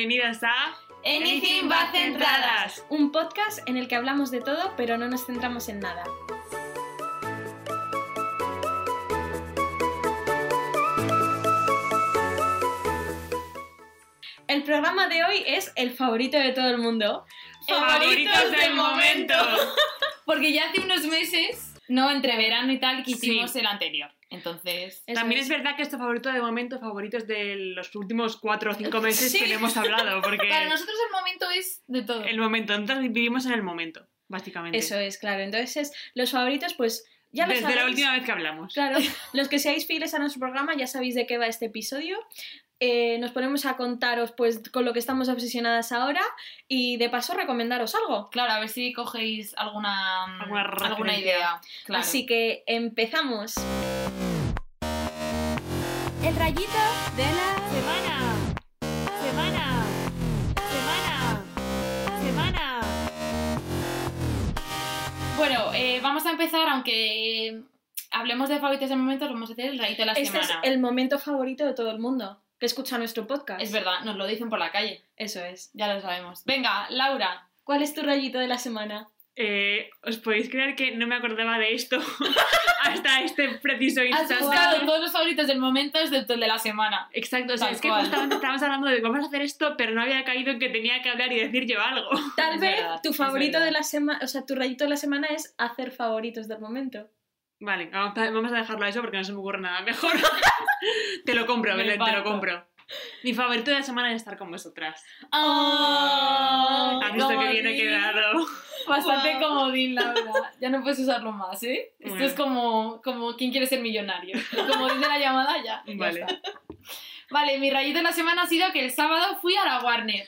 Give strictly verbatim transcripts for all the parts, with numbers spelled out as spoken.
bienvenidas a Anything But Centradas, un podcast en el que hablamos de todo, pero no nos centramos en nada. El programa de hoy es el favorito de todo el mundo. Favoritos del momento. Porque ya hace unos meses, no, entre verano y tal, que hicimos Sí. el anterior. Entonces, Eso También es. es verdad que este favorito de momento, favoritos de los últimos cuatro o cinco meses Sí. que le hemos hablado, porque para nosotros el momento es de todo. el momento, nosotros vivimos en el momento, básicamente. Eso es, claro. Entonces, es- los favoritos, pues ya lo Desde sabéis. la última vez que hablamos. Claro, los que seáis fieles a nuestro programa ya sabéis de qué va este episodio. Eh, nos ponemos a contaros pues con lo que estamos obsesionadas ahora y de paso recomendaros algo. Claro, a ver si cogéis alguna, Alguna alguna referencia. idea. Claro. Así que empezamos. el rayito de la semana. Semana. Semana. Semana. Bueno, eh, vamos a empezar, aunque eh, hablemos de favoritos de momentos, vamos a hacer el rayito de la Este semana. es el momento favorito de todo el mundo que escucha nuestro podcast. Es verdad, nos lo dicen por la calle, Eso es. ya lo sabemos. Venga, Laura. ¿Cuál es tu rayito de la semana? Eh, ¿Os podéis creer que no me acordaba de esto hasta este preciso Has instante? buscado todos los favoritos del momento excepto el de la semana. Exacto, o sea, Tal es que cual. justamente estábamos hablando de vamos a hacer esto, pero no había caído en que tenía que hablar y decir yo algo. Tal Es vez verdad, tu es favorito verdad. de la semana, o sea, tu rayito de la semana es hacer favoritos del momento. Vale, vamos a vamos a dejarlo a eso porque no se me ocurre nada mejor. Te lo compro, Me Belén, te lo parto. compro. Mi favorito de la semana es estar con vosotras. ¡Ah! ¿Has visto que bien he comodín. quedado? Bastante Wow. comodín, Laura. Ya no puedes usarlo más, ¿eh? Esto Bueno. es como, como ¿quién quiere ser millonario? Como dice la llamada, ya. ya Vale. está. Vale, mi rayito de la semana ha sido que el sábado fui a la Warner.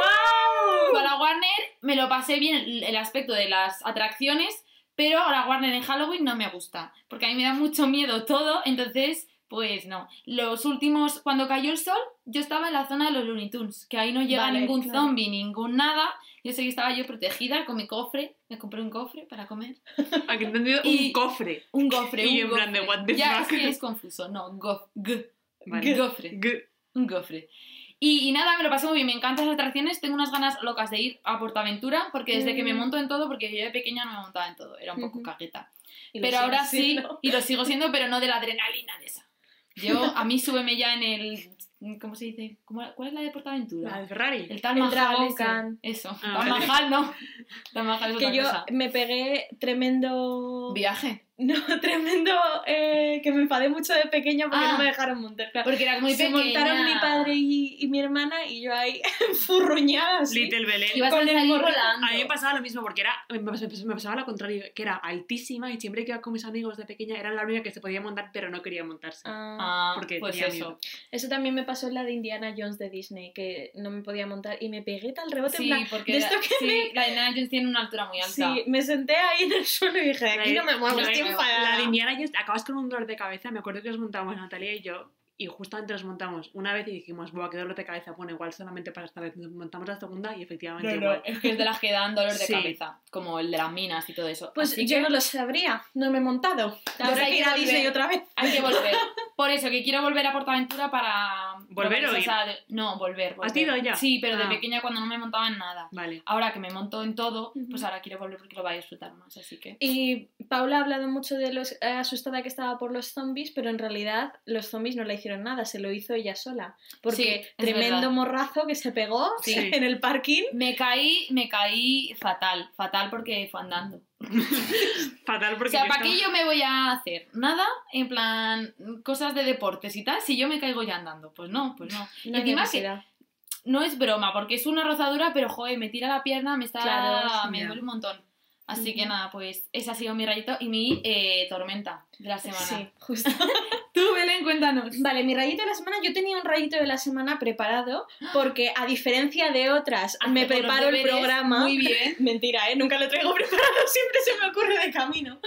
¡Wow! Fui a la Warner, me lo pasé bien el, el aspecto de las atracciones, pero a la Warner en Halloween no me gusta, porque a mí me da mucho miedo todo, entonces, pues no. Los últimos, cuando cayó el sol, yo estaba en la zona de los Looney Tunes, que ahí no llega Vale, ningún claro. zombie, ningún nada. Yo sé que estaba yo protegida con mi cofre, me compré un cofre para comer. Aquí he entendido Y- un cofre. Un gofre, Y un en plan de, gofre. what the Ya, fuck. es que es confuso, no, gof, g, Vale. gofre. G- Un gofre. Y, y nada, me lo pasé muy bien, me encantan las atracciones, tengo unas ganas locas de ir a Portaventura, porque desde que me Mm. monto en todo, porque yo de pequeña no me montaba en todo, era un poco Ujú. cagueta. Y lo Pero sigues ahora sí, siendo. y lo sigo siendo, pero no de la adrenalina de esa. Yo, a mí súbeme ya en el... ¿Cómo se dice? ¿Cómo- ¿Cuál es la de Portaventura? La de Ferrari. El Taj El Mahal Dragon ese. Khan. Eso, Ah, Taj vale. Mahal no. Taj Mahal es Que otra yo cosa. me pegué tremendo... Viaje. No, tremendo... eh, que me enfadé mucho de pequeña porque Ah. no me dejaron montar. Claro. Porque eras muy Se pequeña. montaron mi padre y, y mi hermana y yo ahí furruñada así. Little Belén. Ibas con a el salir gorrito. volando. A mí me pasaba lo mismo porque era, me pas- me pasaba lo contrario, que era altísima y siempre que iba con mis amigos de pequeña era la única que se podía montar pero no quería montarse. Ah, Ah, Porque pues tenía eso. miedo. eso también me pasó en la de Indiana Jones de Disney, que no me podía montar y me pegué tal rebote. en Sí, plan, porque de la, esto que sí, me- la de Indiana Jones tiene una altura muy alta. Sí, me senté ahí en el suelo y dije, de aquí no me muevo, La- estoy la- enfadada. La de Indiana Jones, acabas con un dolor de cabeza. Me acuerdo que nos montamos Natalia y yo, y justamente nos montamos una vez y dijimos, buah, qué dolor de cabeza. Bueno, igual solamente para esta vez. Nos montamos la segunda y efectivamente No, no, igual. es que es de las que dan dolor de Sí. cabeza, como el de las minas y todo eso. Pues Así yo que no lo sabría, no me he montado. Ahora Habrá hay que que ir a volver. Disney otra vez. hay que volver. Por eso, que quiero volver a Portaventura para... ¿Volver o o ir? sea, de- No, volver, volver. ¿Has ido ya? Sí, pero de Ah. pequeña cuando no me montaba en nada. Vale. Ahora que me monto en todo, Ujú. pues ahora quiero volver porque lo voy a disfrutar más, así que... Y Paula ha hablado mucho de los eh, asustada que estaba por los zombies, pero en realidad los zombies no le hicieron nada, se lo hizo ella sola. Porque Sí, es tremendo verdad. morrazo que se pegó Sí. en el parking. Me caí, me caí fatal, fatal porque fue andando. Fatal porque O sea, yo ¿para qué estaba- yo me voy a hacer? Nada, en plan, cosas de deportes y tal, si yo me caigo ya andando. Pues no, pues no. Y No hay encima que necesidad. no es broma, porque es una rozadura, pero joder, me tira la pierna, me está... Claro, me ya. duele un montón. Así Ujú. que nada, pues ese ha sido mi rayito y mi eh, tormenta de la semana. Sí, justo. Tú, Belén, cuéntanos. Vale, mi rayito de la semana, yo tenía un rayito de la semana preparado porque a diferencia de otras Hace me con los preparo el deberes programa. muy bien. Mentira, ¿eh? Nunca lo traigo preparado, siempre se me ocurre de camino.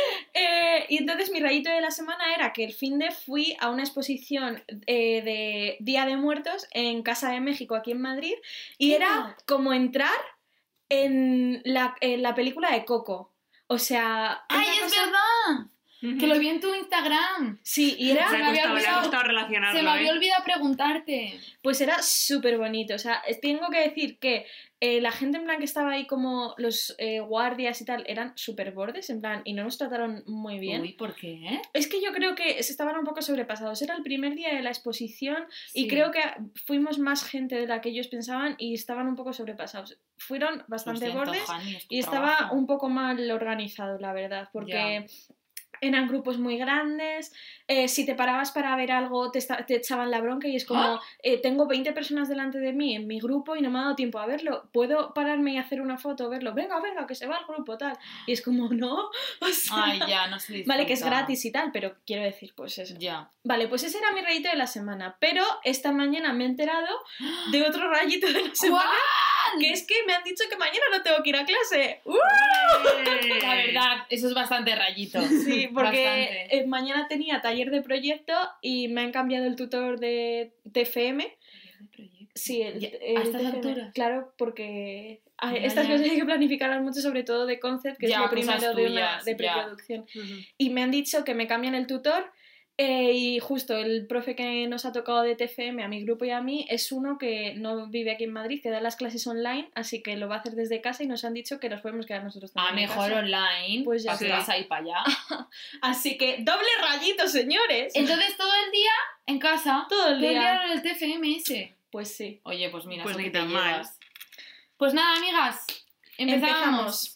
Eh, y entonces mi rayito de la semana era que el fin de fui a una exposición eh, de Día de Muertos en Casa de México, aquí en Madrid, y ¿Qué? era como entrar en la, en la película de Coco. O sea... ¡Ay, una es cosa- verdad! Ujú. Que lo vi en tu Instagram. Sí, y era... Le me ha había costado, le ha olvidado- costado relacionarlo, Se me había ¿eh? olvidado preguntarte. Pues era súper bonito, o sea, tengo que decir que eh, la gente en plan que estaba ahí como los eh, guardias y tal eran súper bordes, en plan, y no nos trataron muy bien. Uy, ¿por qué? Es que yo creo que se estaban un poco sobrepasados, era el primer día de la exposición y Sí. creo que fuimos más gente de la que ellos pensaban y estaban un poco sobrepasados. Fueron Lo bastante siento, bordes Jani, es tu y estaba trabajo. un poco mal organizado, la verdad, porque... Eran grupos muy grandes, eh, si te parabas para ver algo te, esta- te echaban la bronca y es como, ¡Ah! eh, tengo veinte personas delante de mí en mi grupo y no me ha dado tiempo a verlo, ¿puedo pararme y hacer una foto, verlo? Venga, venga, que se va el grupo, tal. Y es como, no, o sea... Ay, ya, no se disfruta. Vale, que es gratis y tal, pero quiero decir, pues eso. Ya. Vale, pues ese era mi rayito de la semana, pero esta mañana me he enterado de otro rayito de la semana, que es que me han dicho que mañana no tengo que ir a clase. ¡Uh! La verdad, eso es bastante rayito. Sí, porque Bastante. eh, mañana tenía taller de proyecto y me han cambiado el tutor de T F M. Sí, el, Ya, el ¿a estas T F M. alturas? Claro, porque a- Ya, estas ya. cosas hay que planificarlas mucho, sobre todo de concept, que Ya, es lo cosas primero de, una, tuyas, de ya. preproducción. Ujú. Y me han dicho que me cambian el tutor eh, y justo el profe que nos ha tocado de T F M a mi grupo y a mí es uno que no vive aquí en Madrid, que da las clases online, así que lo va a hacer desde casa y nos han dicho que nos podemos quedar nosotros A también en mejor casa. online. Pues ya ¿para qué está. vas a ir para allá? Así que doble rayito, señores. Entonces todo el día en casa. Todo el Todo el día. día en el T F M ese. Pues sí. Oye, pues mira, Pues eso ni que te tan mal. llevas. Pues nada, amigas. Empezamos.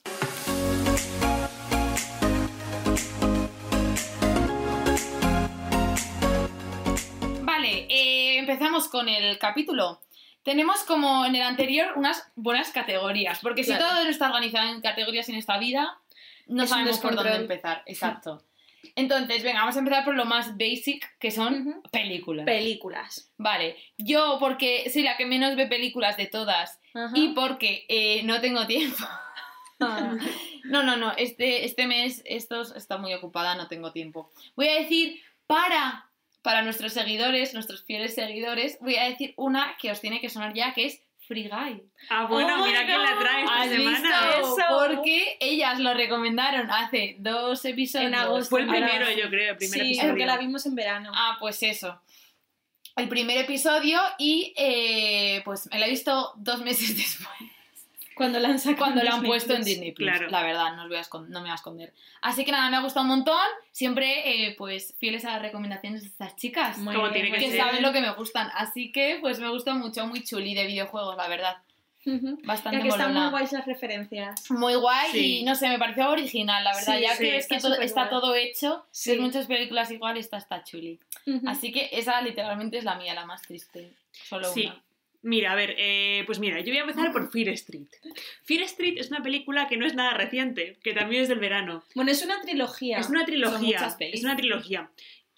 Vale, eh, empezamos con el capítulo. Tenemos como en el anterior unas buenas categorías, porque si Claro. todo no está organizado en categorías en esta vida, no Es un sabemos por dónde descontrol. empezar. Exacto. Entonces, venga, vamos a empezar por lo más basic, que son Ujú. películas. Películas. Vale, yo porque soy la que menos ve películas de todas Ajá. y porque eh, no tengo tiempo. Ah. No, no, no, este, este mes estos está muy ocupada, no tengo tiempo. Voy a decir para, para nuestros seguidores, nuestros fieles seguidores, voy a decir una que os tiene que sonar ya, que es Free Guy. Ah, bueno, Oh my mira quién la God. trae esta ¿Has semana. visto? Eso. Porque ellas lo recomendaron hace dos episodios. En agosto. Fue el Ahora- primero, yo creo, el primer Sí, episodio. porque la vimos en verano. Ah, pues eso. El primer episodio y eh, pues me la he visto dos meses después. Cuando la han sacado Cuando en la han Disney puesto en Plus. Disney Plus, Claro. la verdad, no, os voy a escon- no me voy a esconder. Así que nada, me ha gustado un montón. Siempre, eh, pues, fieles a las recomendaciones de estas chicas. Muy Como bien, tiene muy que que ser. bien. saben lo que me gustan. Así que, pues, me gusta mucho, muy chuli de videojuegos, la verdad. Ujú. Bastante Ya que están molona. muy guays las referencias. Muy guay Sí. y, no sé, me pareció original, la verdad. Sí, ya sí, que ves está que todo, súper está guay. todo hecho, Sí. ves muchas películas igual, esta está chuli. Ujú. Así que esa literalmente es la mía, la más triste. Solo Sí. una. Mira, a ver, eh, pues mira, yo voy a empezar por Fear Street. Fear Street es una película que no es nada reciente, que también es del verano. Bueno, es una trilogía. Es una trilogía. muchas pelis. Es una trilogía.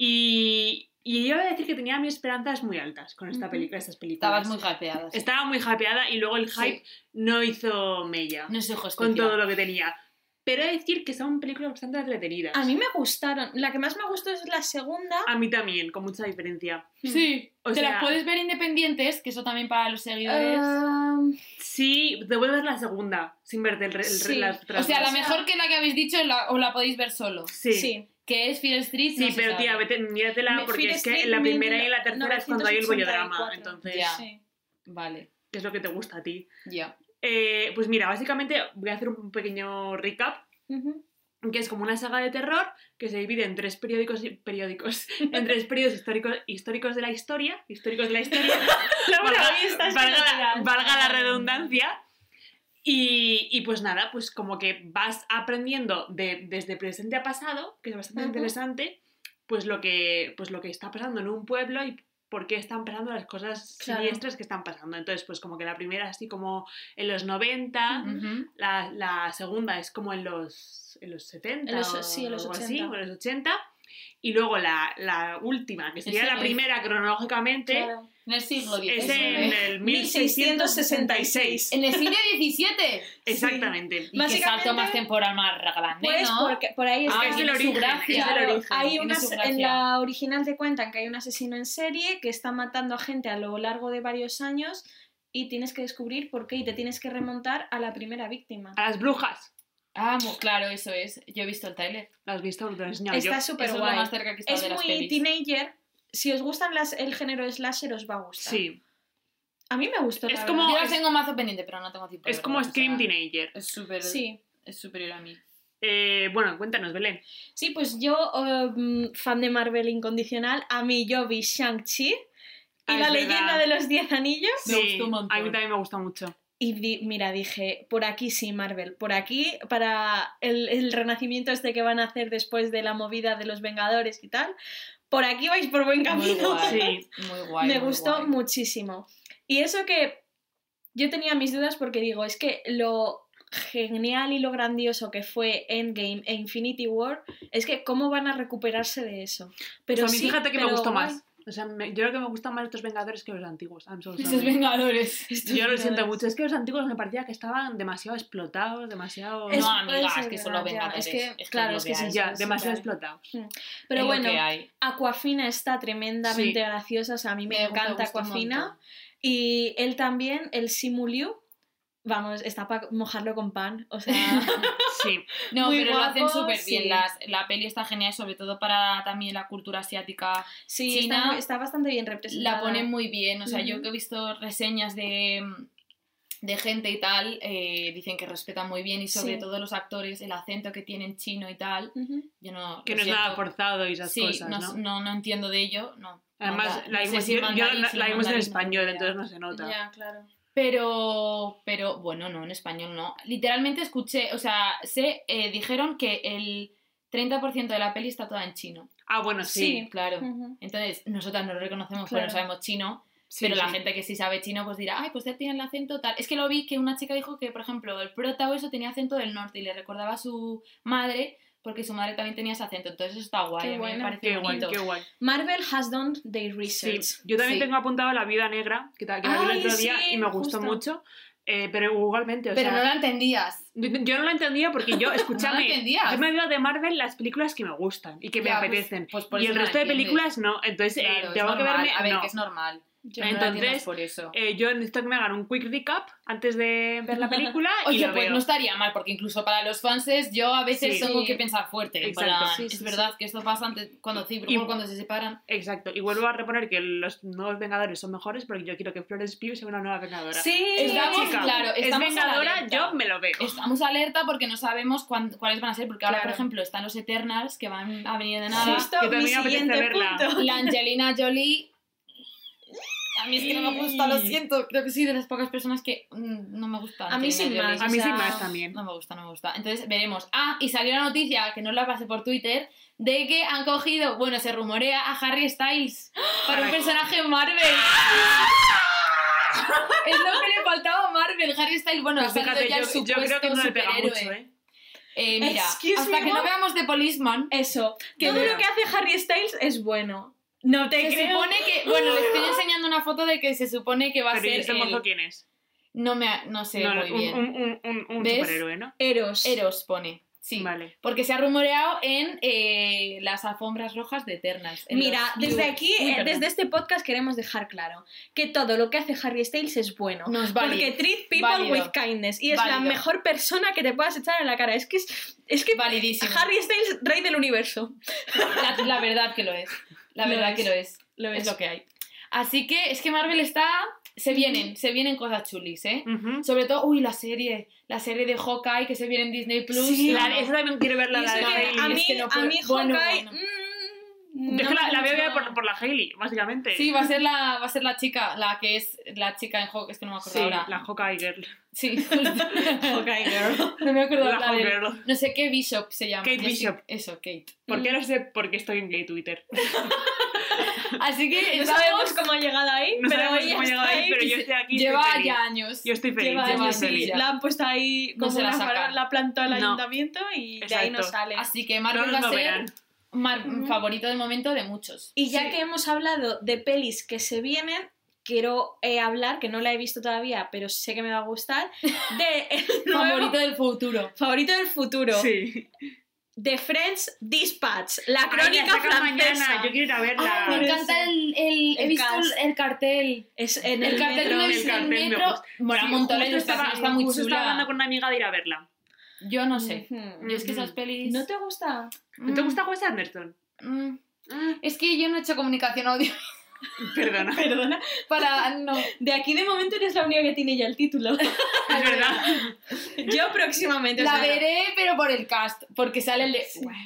Y, y yo voy a decir que tenía mis esperanzas muy altas con esta Ujú. película, estas películas. Estabas muy hypeada. sí. Estaba muy hypeada y luego el hype no hizo mella No soy con todo lo que tenía. Pero he de decir que son películas bastante entretenidas. A mí me gustaron. La que más me gustó es la segunda. A mí también, con mucha diferencia. Sí, O te sea- las puedes ver independientes, que eso también para los seguidores. Ah, Sí, te voy a ver la segunda, sin verte el, re- el, re- Sí. las o otras sea, dos. la mejor que la que habéis dicho la, os la podéis ver solo. Sí, sí, sí. Que es Fear Street. no se pero sabe. tía, vete, míratela Me- porque Fear es que Street en la primera mil y en la tercera es cuando hay el novecientos bollodrama. ochenta y cuatro. Entonces, Ya. Sí. Vale, ¿qué es lo que te gusta a ti? ya. Eh, pues mira, básicamente voy a hacer un pequeño recap, Ujú. que es como una saga de terror que se divide en tres periódicos, periódicos en tres periodos históricos, históricos de la historia, históricos de la historia, Laura, valga, hoy estás valga la, fenomenal. valga la redundancia. Y, y pues nada, pues como que vas aprendiendo de, desde presente a pasado, que es bastante Ujú. interesante, pues lo, que, pues lo que está pasando en un pueblo y por qué están pasando las cosas Claro. siniestras que están pasando. Entonces, pues como que la primera así como en los noventa, Ujú. Ujú. la, la segunda es como en los, en los setenta En los- o sí, en los algo ochenta. así, o en los ochenta. Y luego la, la última, que sería Ese la es- primera cronológicamente, Claro. En el siglo es diecinueve. en el mil seiscientos sesenta y seis. En el siglo diecisiete. Exactamente. Y qué Básicamente- salto más temporal más grande, Pues ¿no? porque por ahí Ah, está. es el tiene su origen, gracia. es el Claro, origen. hay tiene unas, su en gracia. la original te cuentan que hay un asesino en serie que está matando a gente a lo largo de varios años y tienes que descubrir por qué y te tienes que remontar a la primera víctima. A las brujas. Ah, mu- claro, eso es. Yo he visto el tráiler. ¿Lo has visto? Te lo he enseñado yo. Está súper Eso es lo guay. más cerca que he estado Es de las muy pelis. teenager. Si os gustan las, el género slasher, os va a gustar. Sí. A mí me gustó. Es la como- verdad. Yo las es- tengo mazo pendiente, pero no tengo tiempo. de Es como verlas, o Scream sea, Teenager. Es súper... Sí. Es superior a mí. Eh, bueno, cuéntanos, Belén. Sí, pues yo, um, fan de Marvel incondicional, a mí yo vi Shang-Chi y Ah, la es leyenda verdad. de los diez anillos. Me Sí, gustó un montón. a mí también me gusta mucho. Y di- mira, dije, por aquí sí, Marvel, por aquí, para el, el renacimiento este que van a hacer después de la movida de los Vengadores y tal, por aquí vais por buen Muy camino. guay. Sí. Muy guay. Me muy gustó guay. muchísimo. Y eso que yo tenía mis dudas porque digo, es que lo genial y lo grandioso que fue Endgame e Infinity War, es que cómo van a recuperarse de eso. Pero Pues a mí sí, fíjate que me pero gustó guay. más. O sea, me- yo creo que me gustan más estos Vengadores que los antiguos. I'm so sorry. Esos Vengadores. Yo lo siento mucho. Es que los antiguos me parecía que estaban demasiado explotados, demasiado... Es- No, amiga, puede ser es que son los verdad, ya. Vengadores. Es que, Es que claro, lo es que que hay. sí, ya, sí, demasiado sí, claro. explotados. Pero Es lo bueno, que hay. Aquafina está tremendamente Sí. graciosa, o sea, a mí me, Me encanta gusta un Aquafina. montón. Y él también, el Simu Liu, vamos, está para mojarlo con pan, o sea... Sí. No, Muy pero lo hacen guapo, súper sí. bien. Las, la peli está genial, sobre todo para también la cultura asiática. Sí, China, está, muy- está bastante bien representada. La ponen muy bien. O sea, yo Ujú. que he visto reseñas de, de gente y tal, eh, dicen que respetan muy bien y sobre Sí. todo los actores, el acento que tienen chino y tal. Ujú. Yo no. Que lo no es siento. nada forzado y esas Sí, cosas, no, ¿no? no, no entiendo de ello. No. Además, No, la no sé vimos, si yo, yo mandarín, la, si la no vimos en mandarín, no español, tengo entonces idea. no se nota. Ya, claro. Pero, pero bueno, no, en español no. Literalmente escuché, o sea, sé, eh, dijeron que el treinta por ciento de la peli está toda en chino. Ah, bueno, sí. Sí. Claro. Ujú. Entonces, nosotras no lo reconocemos Claro. porque no sabemos chino, Sí, pero la sí. gente que sí sabe chino pues dirá, ay, pues él tiene el acento tal. Es que lo vi que una chica dijo que, por ejemplo, el prota o eso tenía acento del norte y le recordaba a su madre porque su madre también tenía ese acento. Entonces eso está guay, Qué a mí bueno. me parece Qué guay, bonito. qué guay. Marvel has done their Sí, research. yo también Sí. tengo apuntado La Viuda Negra, que, ta- que la vi el Ay, otro día sí, y me gustó justo. mucho, eh, pero igualmente, o Pero sea... no la entendías. Yo yo no lo entendía porque yo, escúchame, entendías. yo me veo de Marvel las películas que me gustan y que me Ya, pues- apetecen. pues por y eso el no la resto de entiendes. películas no. Entonces, eh, Claro, es tengo que normal. verme. A ver, no. que es normal. Yo No no la Entonces, entiendes por eso. Eh, yo necesito que me hagan un quick recap antes de ver la película y Oye, lo pues veo. no estaría mal, porque incluso para los fanses yo a veces Sí. tengo Sí. que pensar fuerte. en Exacto, plan, sí, es sí, verdad que esto pasa antes, cuando Civil Y- War, cuando se separan. Exacto. Y vuelvo a reponer que los nuevos Vengadores son mejores porque yo quiero que Florence Pugh sea una nueva Vengadora. Sí, Si la Estamos- chica claro, es estamos a la Vengadora, alerta. yo me lo veo. Estamos alerta porque no sabemos cuán- cuáles van a ser, porque ahora, Claro. por ejemplo, están los Eternals que van a venir de nada. Justo que mi también apetece siguiente verla. punto. La Angelina Jolie. A mí es que no me gusta, lo siento. Creo que soy de las pocas personas que mm, no me gusta. A mí Angelina sin Jolie. más. A o mí sea, sin más también. No me gusta, no me gusta. Entonces veremos. Ah, y salió la noticia, que no la pasé por Twitter, de que han cogido, bueno, se rumorea a Harry Styles para un personaje en Marvel. Es lo que le faltaba a Marvel, Harry Styles. Bueno, Pues ha salido fíjate, ya el yo, yo creo que supuesto no le pega superhéroe. mucho, ¿eh? Eh, mira, Excuse hasta me, que no what? veamos The Policeman, Eso, que Que todo vea. lo que hace Harry Styles es bueno. No te se creo. supone que, bueno, le estoy enseñando una foto de que se supone que va a Pero ¿y ser este el- mozo quién es? No me, no sé No, no, muy un, bien. un, un, un, un ¿Ves? superhéroe, ¿no? Eros. Eros pone, sí. Vale. Porque se ha rumoreado en eh, las alfombras rojas de Eternals. en Mira, los desde View- aquí, Uy, eh, perdón. desde este podcast queremos dejar claro que todo lo que hace Harry Styles es bueno. No es válido. Porque treat people Válido. with kindness. Y es la Válido. mejor persona que te puedas echar en la cara. Es que es, es que Validísimo. Harry Styles, rey del universo. La, la verdad que lo es. La Lo verdad es. que lo es. Lo Es es. lo que hay. Así que es que Marvel está... Se vienen, se vienen cosas chulis, ¿eh? Ujú. Sobre todo, uy, la serie. La serie de Hawkeye que se viene en Disney Plus. Sí, No, La- no. esa también quiero verla, Y la eso de que Hailey. a es mí, que no a puedo- mí bueno, Hawkeye... bueno. mm, Es no que la, me la voy a ver mucho. por, por la Hailey, básicamente. Sí, va a ser la, va a ser la chica, la que es la chica en Hawkeye, es que no me acuerdo Sí, ahora. la Hawkeye Girl. Sí, Hawkeye girl. no me acuerdo La ahora del- Hawkgirl. No sé qué Bishop se llama. Kate Yo sí- Bishop. Eso, Kate. ¿Por qué no sé por qué estoy en gay Twitter? Así que No estamos- sabemos cómo ha llegado ahí, No pero sabemos ella cómo he llegado está ahí, ahí. pero yo estoy aquí y lleva estoy feliz. ya años. Yo estoy feliz. Lleva yo lleva años, estoy años sí. feliz. La han puesto ahí No como se la una sacan. fara- la plantó el No. ayuntamiento y de ahí no Exacto. sale. Así que No Marvel nos va a lo ser verán. mar- Ujú. favorito del momento de muchos. Y ya Sí. que hemos hablado de pelis que se vienen, quiero eh, hablar, que no la he visto todavía, pero sé que me va a gustar, de el nuevo Favorito del futuro. favorito del futuro, Sí. de French Dispatch, la Ay, la crónica sacan francesa. mañana. Yo quiero ir a verla. Ah, me por encanta eso. el, el, he El visto cast. el, el cartel. Es en El, el, cartel metro. no el es en el cartel me metro. gusta. Mola Sí, un montón, justo está, estaba, está muy justo estaba chula. hablando con una amiga de ir a verla. Yo no sé. Ujú. Yo es que esas pelis... ¿No te gusta? ¿No te Mm, gusta Wes Anderson? mm. Ah, Es que yo no he hecho comunicación audio perdona. Perdona. para... No. De aquí de momento eres la única que tiene ya el título. Es verdad. Yo próximamente. o La sea, veré, pero por el cast, porque sale el de...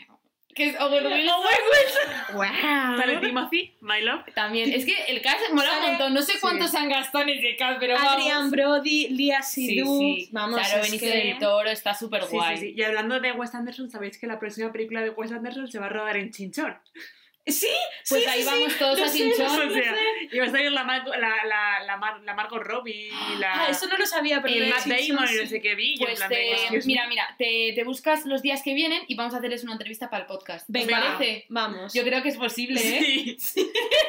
Que es Owen Wilson. ¡Wow! Sale Timothy, My Love. También. Es que el cast mola un Sale- montón. No sé sí. cuántos se han gastado en ese cast, pero vamos. Adrian Brody, Lia Sí, Seydoux. sí. Vamos, Claro, es Benicio que... del Toro está súper Sí, guay. sí, sí. Y hablando de Wes Anderson, sabéis que la próxima película de Wes Anderson se va a rodar en Chinchón. Sí, Pues sí, ahí sí, vamos sí, todos lo a sé, Chinchón. lo sé, O lo sea, sé. y va a salir la, Mar- la, la, la, Mar- la Margot Robbie y la... Ah, eso no lo sabía, pero y lo el de Matt Simpsons, Damon y no sí. sé qué vi. y en Pues plan te, de, excuse mira, me. mira, te, te buscas los días que vienen y vamos a hacerles una entrevista para el podcast. ¿Os Venga, parece? vamos. Yo creo que es posible, ¿eh? Sí.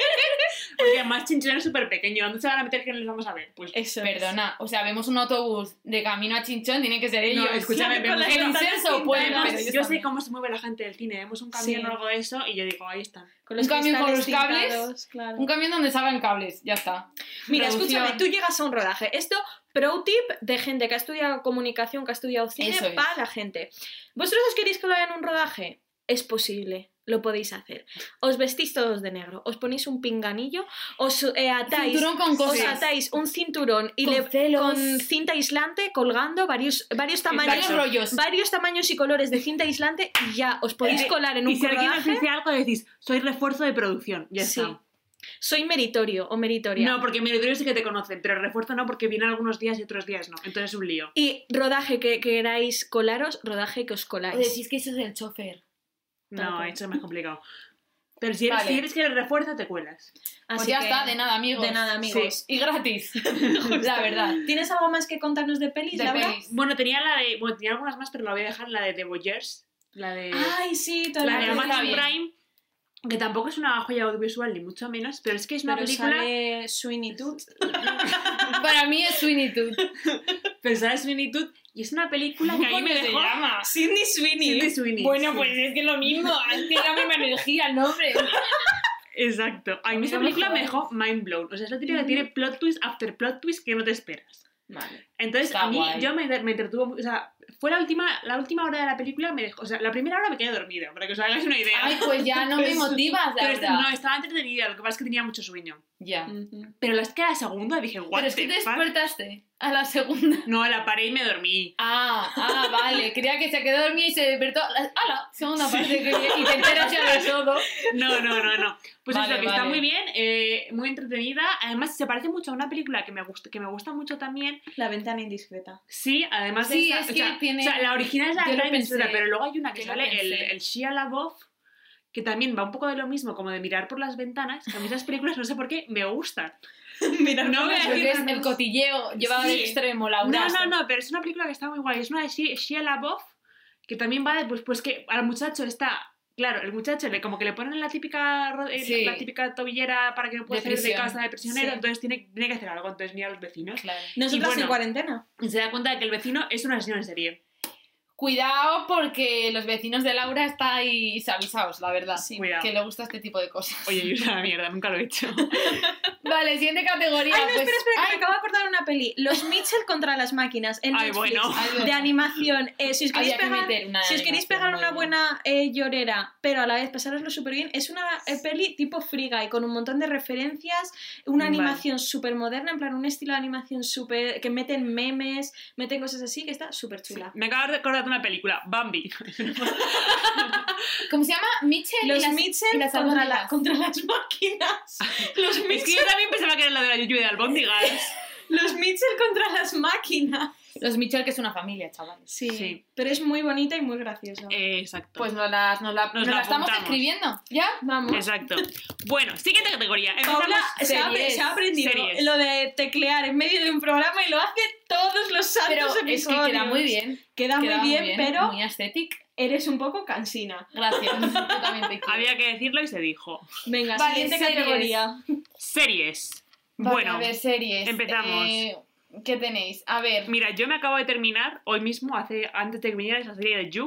Porque además Chinchón es súper pequeño. ¿Dónde se van a meter que no les vamos a ver? Pues Eso es. Perdona, o sea, vemos un autobús de camino a Chinchón, tienen que ser ellos. No, escúchame, Con las vemos el ventanas incenso puede, pintadas. pero Además, ellos yo sé también. cómo se mueve la gente del cine. Vemos un camión Sí. o algo de eso y yo digo, ahí están. Con los Un camión con cristales los cables, tintados, claro. Un camión donde salgan cables, ya está. Mira, Producción. escúchame, tú llegas a un rodaje. Esto, pro tip de gente que ha estudiado comunicación, que ha estudiado cine, Eso es. para la gente. ¿Vosotros os queréis que lo hagan en un rodaje? Es posible, lo podéis hacer. Os vestís todos de negro, os ponéis un pinganillo, os eh, atáis, Cinturón con os cosas. atáis un cinturón y Con le, celos. con cinta aislante colgando varios, varios tamaños. Varios rollos. Varios tamaños y colores de cinta aislante y ya os podéis Eh, colar en un y si alguien os rodaje. dice algo, decís, soy refuerzo de producción. Ya Sí. está. Soy meritorio o meritoria. No, porque meritorio sí que te conocen, pero refuerzo no, porque vienen algunos días y otros días no. Entonces es un lío. Y rodaje que queráis colaros, rodaje que os O coláis. decís que eso es el chofer. Tal No, cual. eso es más complicado. Pero si, eres, Vale. si eres que eres refuerzo, te cuelas. Así Pues ya que- está, de nada, amigos. De nada, amigos. Y gratis. La verdad. ¿Tienes algo más que contarnos de pelis, De Laura? pelis. Bueno, tenía la de. Bueno, tenía algunas más, pero la voy a dejar, la de The Voyeurs. La de. Ay, sí, toda la de está Amazon bien. Prime. Que tampoco es una joya audiovisual, ni mucho menos, pero es que es una Pero película. sale Sweeney Todd. Para mí es Sweeney Todd. Pero sale Sweeney Todd y es una película que a mí me dejó. llama? Sidney Sweeney. Sidney Sweeney. Bueno, sí. pues es que es lo mismo. Tiene la misma energía el nombre. Exacto. A mí mí esa no me película me jodas. dejó mind blown. O sea, es la típica que tiene plot twist after plot twist que no te esperas. Vale. Entonces, Está a mí, guay. yo me, me entretuvo. mu- O sea, fue la última, la última hora de la película, me dejó. O sea, la primera hora me quedé dormida, para que os hagáis una idea. Ay, pues ya no me Pues- motivas, Pero la esta- verdad. no, estaba entretenida, lo que pasa es que tenía mucho sueño. Ya. Pero la es que a la segunda dije, what Pero es que the te fuck? despertaste a la segunda. No, la paré y me dormí. Ah, ah, vale. Creía que se quedó dormida y se despertó. A la segunda parte que y te enteras ya de todo. No, no, no, no. Pues Vale, eso, que está vale. muy bien, eh, muy entretenida. Además, se parece mucho a una película que me gusta, que me gusta mucho también. La ventana indiscreta. Sí, además de Sí, esa, es o que sea, tiene- o sea, la original es la yo lo gran pensé, Indiscreta, pero luego hay una que yo lo sale, el, pensé. el Shia LaBeouf, que también va un poco de lo mismo, como de mirar por las ventanas. Que a mí esas películas, no sé por qué, me gustan. Mira, No voy a Creo decir que es nada el más. cotilleo llevado al Sí. extremo, No, Laura. no, no, pero es una película que está muy guay. Es una de Shia Shia LaBeouf, que también va de, pues, pues que al muchacho está... Claro, el muchacho le, como que le ponen la típica, ro- eh, Sí. la típica tobillera para que no pueda De salir de prisión. casa de prisionero, Sí. entonces tiene, tiene que hacer algo, entonces mira a los vecinos. Claro. Nosotros Y bueno. en cuarentena. Y se da cuenta de que el vecino es un asesino en serie. Cuidado porque los vecinos de Laura estáis avisados, la verdad. Sí. Cuidado. Que le gusta este tipo de cosas. Oye, yo soy la mierda, nunca lo he hecho. Vale, siguiente categoría. Ay, no, pues, espera, espera, que ay, me acabo de acordar una peli. Los Mitchell contra las máquinas en Ay, Netflix. bueno. Ay, De animación. Eh, si os queréis Había que pegar, meter una si os queréis animación pegar muy una bien. buena eh, llorera, pero a la vez pasároslo súper bien, es una eh, peli tipo Free Guy, con un montón de referencias, una Vale. animación súper moderna, en plan un estilo de animación súper... que meten memes, meten cosas así, que está súper chula. Me acabo de recordar de una película, Bambi. ¿Cómo se llama? Mitchell y Los las, Mitchell y las contra, la- albóndigas. contra las máquinas. Los Es que Mitchell, yo también pensaba que era la de la Yuyu de albóndigas. los Mitchell contra las máquinas. Los Mitchell, que es una familia, chavales. Sí, Sí. pero es muy bonita y muy graciosa. Eh, exacto. Pues nos, las, nos la, Nos nos la la estamos apuntamos. escribiendo, ¿ya? Vamos. Exacto. Bueno, siguiente categoría. Empezamos. Paula se ha, series, apre- se ha aprendido series. lo de teclear en medio de un programa y lo hace todos los santos Pero es episodios. que queda muy bien. Queda, queda muy bien, pero Muy estético. eres un poco cansina. Gracias. Yo también te quiero. Había que decirlo y se dijo. Venga, Vale, siguiente series. categoría. Series. Vale, Bueno, a ver, series. empezamos. Eh, ¿Qué tenéis? A ver. mira, yo me acabo de terminar hoy mismo, hace antes de que vinierais, la serie de You,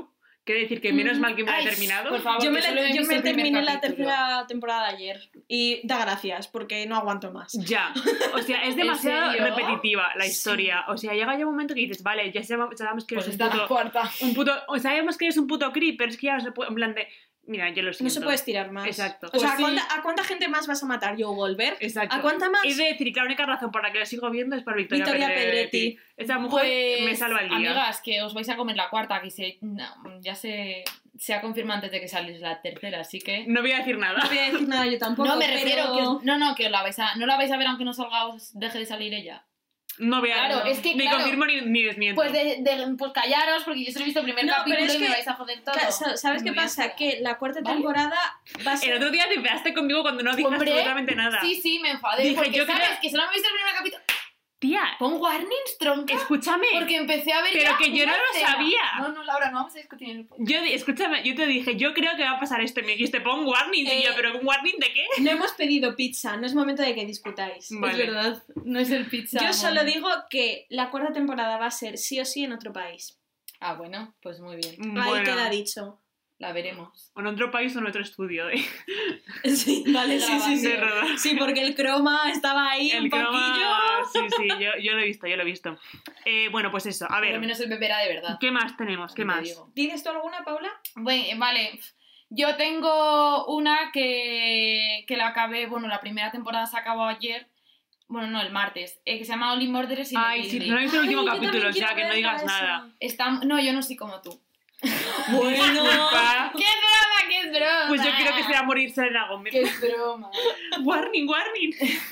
Quiero decir que menos mal que me la he Ay, terminado. por favor, Yo me, que solo la- he yo visto me el primer terminé la capítulo. tercera temporada ayer y da gracias porque no aguanto más. Ya, o sea, es ¿En demasiado serio? repetitiva la Sí. historia. O sea, llega ya un momento que dices, vale, ya sabemos sabemos que Pues eres está un la puto, cuarta. un puto... O sabemos que eres un puto creep, pero es que ya no se puede... En plan de... Mira, yo lo siento. No se puede estirar más. Exacto. O sea, Pues ¿a, sí. cuánta, ¿a cuánta gente más vas a matar, Joe Volver? Exacto. ¿A cuánta más? He de decir que la única razón por la que lo sigo viendo es por Victoria, Victoria Pedretti. Pedretti. Esa mujer Pues, me salva el día. amigas, que os vais a comer la cuarta, que se, no, ya se, se ha confirmado antes de que salís la tercera, así que... No voy a decir nada. No voy a decir nada yo tampoco. No, me pero- refiero que os- no, no, que os la vais a, no la vais a ver aunque no salga, os deje de salir ella. No voy a... Claro, no. es que, Ni claro. confirmo ni, ni desmiento. Pues, de, de- pues callaros, porque yo solo he visto el primer No, pero capítulo es y me que- vais a joder todo. Ca- sa- ¿Sabes Me qué voy a pasa? enfadar. Que la cuarta ¿Vale? temporada va a ser... El otro día te enfadaste conmigo cuando no dije Hombre, absolutamente nada. Sí, sí, me enfadé. Dije, porque, yo ¿sabes? creo- Que solo me he visto el primer capítulo. Tía, Pon warnings, tronca. escúchame. Porque empecé a ver Pero ya que yo no una lo escena. sabía. No, no, Laura, no vamos a discutir en el podcast. Yo, escúchame, yo te dije, yo creo que va a pasar esto. Y me dijiste, pon warning. Y Eh, yo, ¿pero un warning de qué? No hemos pedido pizza, no es momento de que discutáis. Vale. Es verdad, no es el pizza. Yo solo amor. digo que la cuarta temporada va a ser sí o sí en otro país. Ah, bueno, pues muy bien. Ahí Bueno, queda dicho. La veremos. o en otro país o en otro estudio. ¿eh? Sí, vale, sí, sí, sí. De rodar. Sí, porque el croma estaba ahí El un croma... poquillo. Sí, sí, yo, yo lo he visto, yo lo he visto. Eh, bueno, pues eso, a Por lo ver. menos el bebé era de verdad. ¿Qué más tenemos? ¿Qué te más? digo. ¿Tienes tú alguna, Paula? Bueno, eh, vale. Yo tengo una que, que la acabé, bueno, la primera temporada se acabó ayer. Bueno, no, el martes. eh, que se llama Only Murderers in the Ay, sí, Building. no he visto el Ay, último yo capítulo, también o sea, quiero que no verla digas esa. nada. Está... No, yo no soy como tú. Bueno. Pa- ¡Qué broma, qué broma! Pues yo quiero que sea morir Selena Gómez. ¡Qué broma! Warning, warning.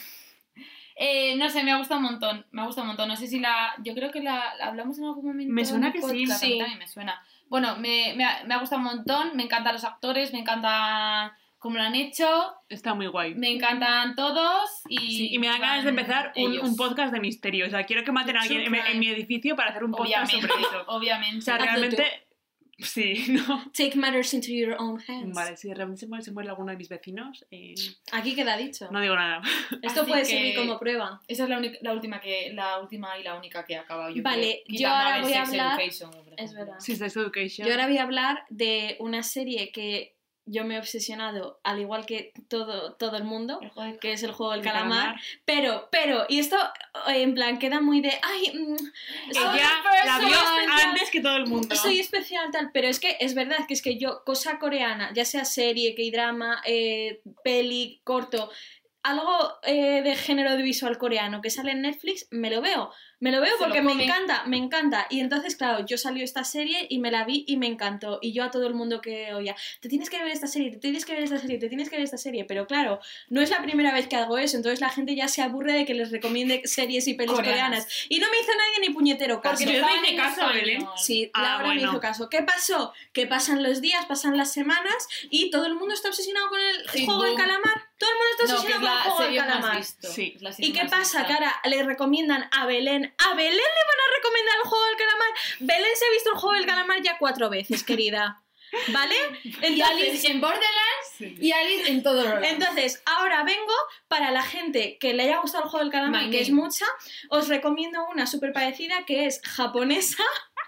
Eh, no sé, me ha gustado un montón. Me ha gustado un montón. No sé si la. Yo creo que la, la hablamos en algún momento. Me suena en el que sí. podcast, a mí Sí. también me suena. Bueno, me, me, ha, me ha gustado un montón. Me encantan los actores, me encanta cómo lo han hecho. Está muy guay. Me encantan todos. Y, Sí, y me dan ganas de empezar un, ellos. un podcast de misterio. O sea, quiero que maten a alguien en, en mi edificio para hacer un podcast Obviamente, sobre eso. obviamente. O sea, Hazlo realmente... Sí, ¿no? Take matters into your own hands. Vale, si realmente se muere, se muere alguno de mis vecinos, eh, Aquí queda dicho. no digo nada. Esto Así puede que- servir como prueba. Esa es la, única, la última que la última y la única que he acabado yo. Vale, creo. yo Quitando ahora ver voy a Sex hablar- Education, por Es ejemplo. verdad. Sí, Sex Education. Yo ahora voy a hablar de una serie que yo me he obsesionado, al igual que todo, todo el mundo, El juego de- que es el juego del El calamar. Pero, pero, y esto eh, en plan queda muy de, ay, mm, soy Ella la soy vio especial, antes que todo el mundo. soy especial tal, pero es que es verdad que es que yo, cosa coreana, ya sea serie, K-drama, eh, peli, corto, algo eh, de género audiovisual coreano que sale en Netflix, me lo veo. Me lo veo Se lo porque me come. encanta, me encanta. Y entonces, claro, yo salió esta serie y me la vi y me encantó. Y yo a todo el mundo que oía, te tienes que ver esta serie, te tienes que ver esta serie, te tienes que ver esta serie. Pero claro, no es la primera vez que hago eso. Entonces la gente ya se aburre de que les recomiende series y pelis Coreanas. coreanas. Y no me hizo nadie ni puñetero caso. Porque yo estaban te hice en caso, español. Belén. Sí, Ah, Laura bueno. me hizo caso. ¿Qué pasó? Que pasan los días, pasan las semanas y todo el mundo está obsesionado con el Sí, juego del boom. calamar. Todo el mundo está No, que es obsesionado con el la juego del serie más calamar. visto. Sí. Es la serie ¿Y qué más pasa? vista. Que ahora le recomiendan a Belén. ¿A Belén le van a recomendar el juego del calamar? Belén se ha visto el juego del calamar ya cuatro veces, querida. ¿Vale? Y Alice en Borderlands y Alice en todo lo Entonces, ahora vengo para la gente que le haya gustado el juego del calamar, My que es name. mucha, os recomiendo una súper parecida que es japonesa.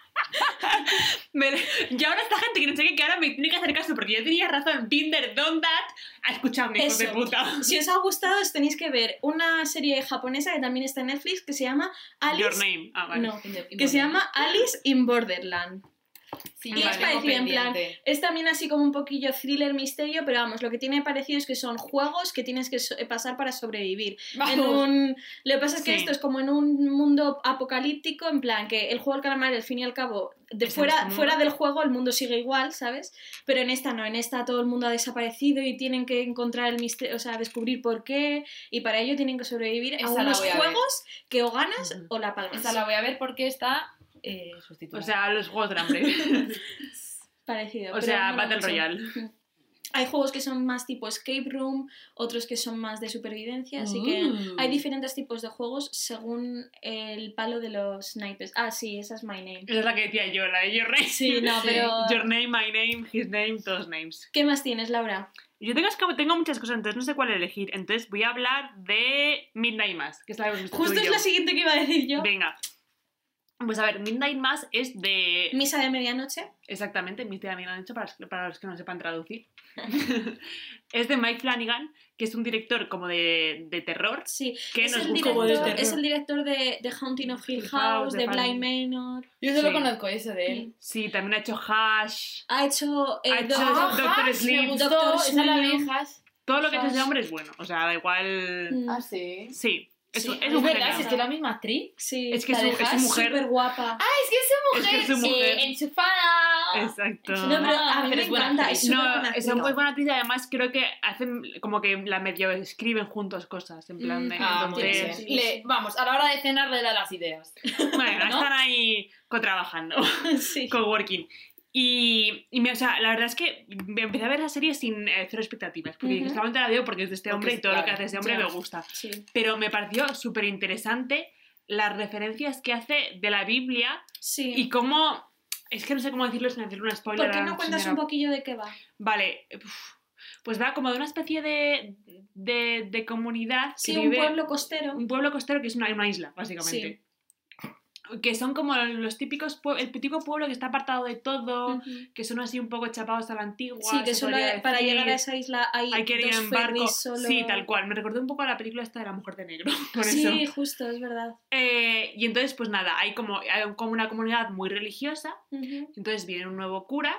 Me- Y ahora esta gente que no sé qué, que ahora me tiene que hacer caso porque yo tenía razón. Tinder, don't that. A escucharme, hijos de Eso. puta. Si os ha gustado, os tenéis que ver una serie japonesa que también está en Netflix que se llama Alice. Your name. Ah, vale. No, que se llama Alice in Borderland. Sí, Y vale, es tengo parecida, en plan, pendiente. es también así como un poquillo thriller, misterio, pero vamos, lo que tiene parecido es que son juegos que tienes que so- pasar para sobrevivir. En Vamos. un... Lo que pasa es que Sí. esto es como en un mundo apocalíptico, en plan que el juego del calamar, al fin y al cabo, de ¿Es en fuera, este mundo? fuera del juego el mundo sigue igual, ¿sabes? Pero en esta no, en esta todo el mundo ha desaparecido y tienen que encontrar el misterio, o sea, descubrir por qué, y para ello tienen que sobrevivir a Esa la unos voy a ver. juegos que o ganas Ujú. o la palmas. Esta la voy a ver porque está eh, O sustituida. sea, los juegos del hambre. Parecido. O pero sea, mola Battle mucho. Royale. Hay juegos que son más tipo escape room, otros que son más de supervivencia, así que Mm. hay diferentes tipos de juegos según el palo de los naipes. Ah, sí, esa es My Name. Esa es la que decía yo, la de Your Name. Sí, no, pero... Your Name, My Name, His Name, todos names. ¿Qué más tienes, Laura? Yo tengo, es que tengo muchas cosas, entonces no sé cuál elegir. Entonces voy a hablar de Midnight Mass, que es la que hemos visto tú Justo y es yo. la siguiente que iba a decir yo. Venga. Pues a ver, Midnight Mass es de... Misa de medianoche. Exactamente, Misa de medianoche, para, para los que no sepan traducir. Es de Mike Flanagan, que es un director como de, de terror. Sí, que es, nos el gusta director, mucho. es el director de The Haunting of Hill Hill House, House, de de Blind Blind- Manor. Yo solo Sí. conozco eso de él. Sí, también ha hecho Hash. Ha hecho... eh, Ha hecho Doctor- Doctor Hash, Sleep. me gustó, Doctor esa la Sueño. viejas. Todo lo que ha hecho ese Hash. hombre es bueno. O sea, da igual... Mm, Ah, sí. Sí, es, Sí, un- es Es un verdad, genio. si es que es la misma actriz. Sí, Es que la es, su, de es su Hash, mujer. súper guapa. Ah, es que es su Es mujer. que es su mujer. Eh, en su fana. Exacto. No, pero a mí Pero me es buena encanta, actriz. es súper No, buena es actriz. muy buena actriz y además creo que hacen como que la medio escriben juntos cosas, en plan de... Mm, Ah, muy entonces, sí, bien. sí, Le- sí. vamos, a la hora de cenar le da las ideas. bueno, ¿No? están ahí co-trabajando, Sí. co-working. Y, y me, o sea, la verdad es que me empecé a ver la serie sin eh, cero expectativas, porque Ujú. dije, solamente la veo porque es de este Porque hombre es- y todo lo que claro, hace este hombre ya. me gusta. Sí. Pero me pareció súper interesante las referencias que hace de la Biblia Sí. y cómo... Es que no sé cómo decirlo sin hacer una spoiler. ¿Por qué a la no cuentas señora. un poquillo de qué va? Vale, uf, pues va como de una especie de, de, de comunidad que Sí, un vive... pueblo costero. un pueblo costero que es una, una isla, básicamente. Que son como los típicos, pue- el típico pueblo que está apartado de todo, Ujú. que son así un poco chapados a la antigua. Sí, que se solo podría para decir. llegar a esa isla hay, Hay que ir dos en barco. ferries solo. Sí, tal cual. Me recordó un poco a la película esta de La Mujer de Negro. Con Sí, eso. justo, es verdad. Eh, y entonces, pues nada, hay como, hay como una comunidad muy religiosa. Ujú. Entonces viene un nuevo cura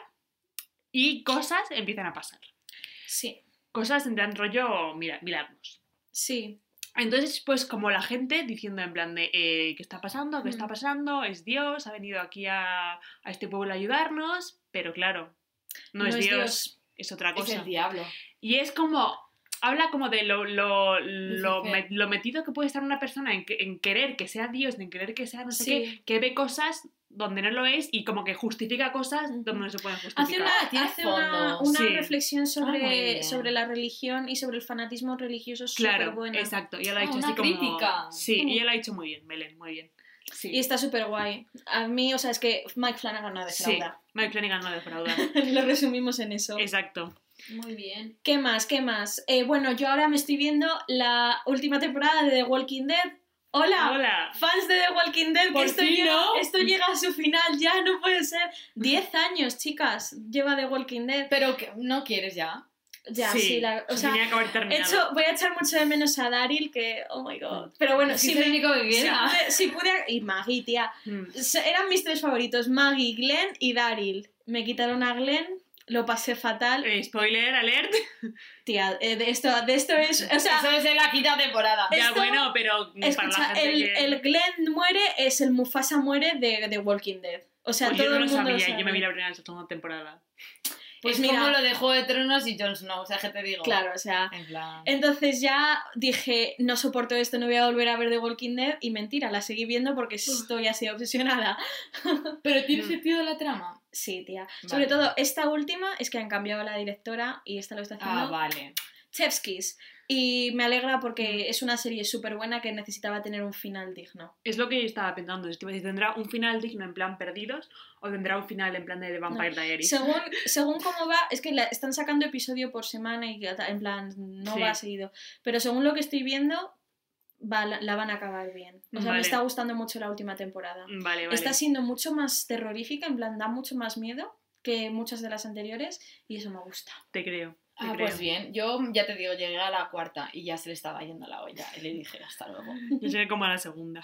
y cosas empiezan a pasar. Sí, Cosas en plan rollo, mira, milagros. sí. Entonces, pues como la gente diciendo en plan de eh, ¿qué está pasando? ¿Qué está Mm. pasando? Es Dios, ha venido aquí a, a este pueblo a ayudarnos, pero claro, no, es, Dios, es otra Es cosa. el diablo. Y es como, habla como de lo, lo, lo, Lucifer. me- lo metido que puede estar una persona en, que- en querer que sea Dios, en querer que sea no sé Sí. qué, que ve cosas donde no lo es y como que justifica cosas Ujú. donde no se pueden justificar. Hace una, Ah, tiene hace una, fondo. una Sí. reflexión Ah, muy sobre, bien. sobre la religión y sobre el fanatismo religioso súper Claro, buena. exacto, ella lo ha Ah, dicho una así como... crítica. Sí, Mm. y ella lo ha dicho muy bien, Belén, muy bien. Sí. Y está súper guay. A mí, o sea, es que Mike Flanagan no Sí, defrauda. Mike Flanagan no defrauda. Lo resumimos en eso. Exacto. Muy bien. ¿Qué más? ¿Qué más? Eh, bueno, yo ahora me estoy viendo la última temporada de The Walking Dead. ¡Hola! Hola. Fans de The Walking Dead, que Por esto fin, llega, ¿no? esto llega a su final ya, no puede ser. Diez años, chicas, lleva The Walking Dead. Pero que no quieres ya. Ya, sí, la, o sea, tenía que haber he terminado. hecho, voy a echar mucho de menos a Daryl, que, oh my god. Pero bueno, Es si, que es el me- único que si queda. pude, si pude- y Maggie, tía. Mm. So- Eran mis tres favoritos, Maggie, Glenn y Daryl. Me quitaron a Glenn, lo pasé fatal. Eh, spoiler alert. Tía, eh, de esto, de esto es, o sea, Eso es en la quinta temporada. Ya Esto- bueno, pero para la escucha, gente el, que... el Glenn muere es el Mufasa muere de, de Walking Dead. O sea, Pues todo yo no el lo mundo sabía, sabe. yo me vi la primera y la segunda temporada. Pues es mira, como lo de Juego de Tronos y Jon Snow, o sea, ¿qué te digo? claro, o sea, En plan... entonces ya dije, no soporto esto, no voy a volver a ver The Walking Dead, y mentira, la seguí viendo porque estoy así obsesionada. ¿Pero tiene Mm. sentido la trama? Sí, tía. Vale. Sobre todo esta última es que han cambiado la directora y esta lo está haciendo Ah, vale. Chefskis. Y me alegra porque es una serie súper buena que necesitaba tener un final digno. Es lo que yo estaba pensando. Es que si tendrá un final digno en plan Perdidos o tendrá un final en plan de The Vampire Diaries. Según, según cómo va, es que la, están sacando episodio por semana y en plan no Sí. va seguido. Pero según lo que estoy viendo, va, la, la van a acabar bien. O sea, Vale. me está gustando mucho la última temporada. Vale, vale. Está siendo mucho más terrorífica, en plan da mucho más miedo que muchas de las anteriores y eso me gusta. Te creo. Te Ah, creo. pues bien. Yo ya te digo, llegué a la cuarta y ya se le estaba yendo la olla. Y le dije, hasta luego. Yo seré como a la segunda.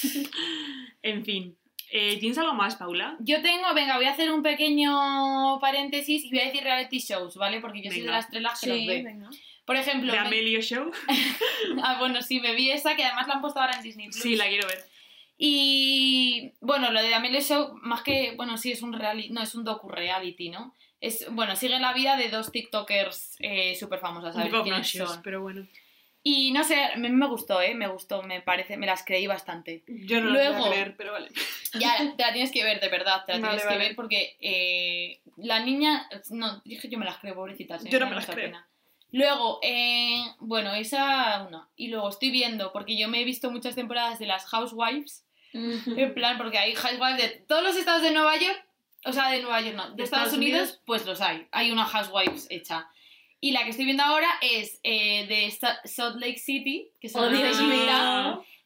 En fin. Eh, ¿Tienes algo más, Paula? Yo tengo, venga, voy a hacer un pequeño paréntesis y voy a decir reality shows, ¿vale? Porque yo soy de Venga. las tres las que los ve. venga. Por ejemplo, ¿The me- Amelio Show? ah, bueno, sí, me vi esa, que además la han puesto ahora en Disney Plus. Sí, la quiero ver. Y bueno, lo de Amelie Show, más que, bueno, sí, es un reality, no, es un docu-reality, ¿no? Es, bueno, sigue la vida de dos TikTokers eh, súper famosas, Un ¿sabes poco quiénes obnoxious, son? pero bueno. Y no sé, a mí me gustó, ¿eh? Me gustó, me parece, me las creí bastante. Yo no Luego- lo voy a creer, pero vale. Ya, te la tienes que ver, de verdad, te la Vale, tienes vale. que ver porque eh, la niña, no, dije yo me las creo, pobrecitas. ¿eh? Yo no Me me da las mucha creo. pena. Luego, eh, bueno, esa una. Y luego estoy viendo, porque yo me he visto muchas temporadas de las Housewives, en plan, porque hay Housewives de todos los estados de Nueva York, o sea, de Nueva York no, de, ¿De Estados, Estados Unidos, Unidos? pues los hay. Hay una Housewives hecha. Y la que estoy viendo ahora es eh, de Sa- Salt Lake City, que son Oh, las de Dios Utah, mío.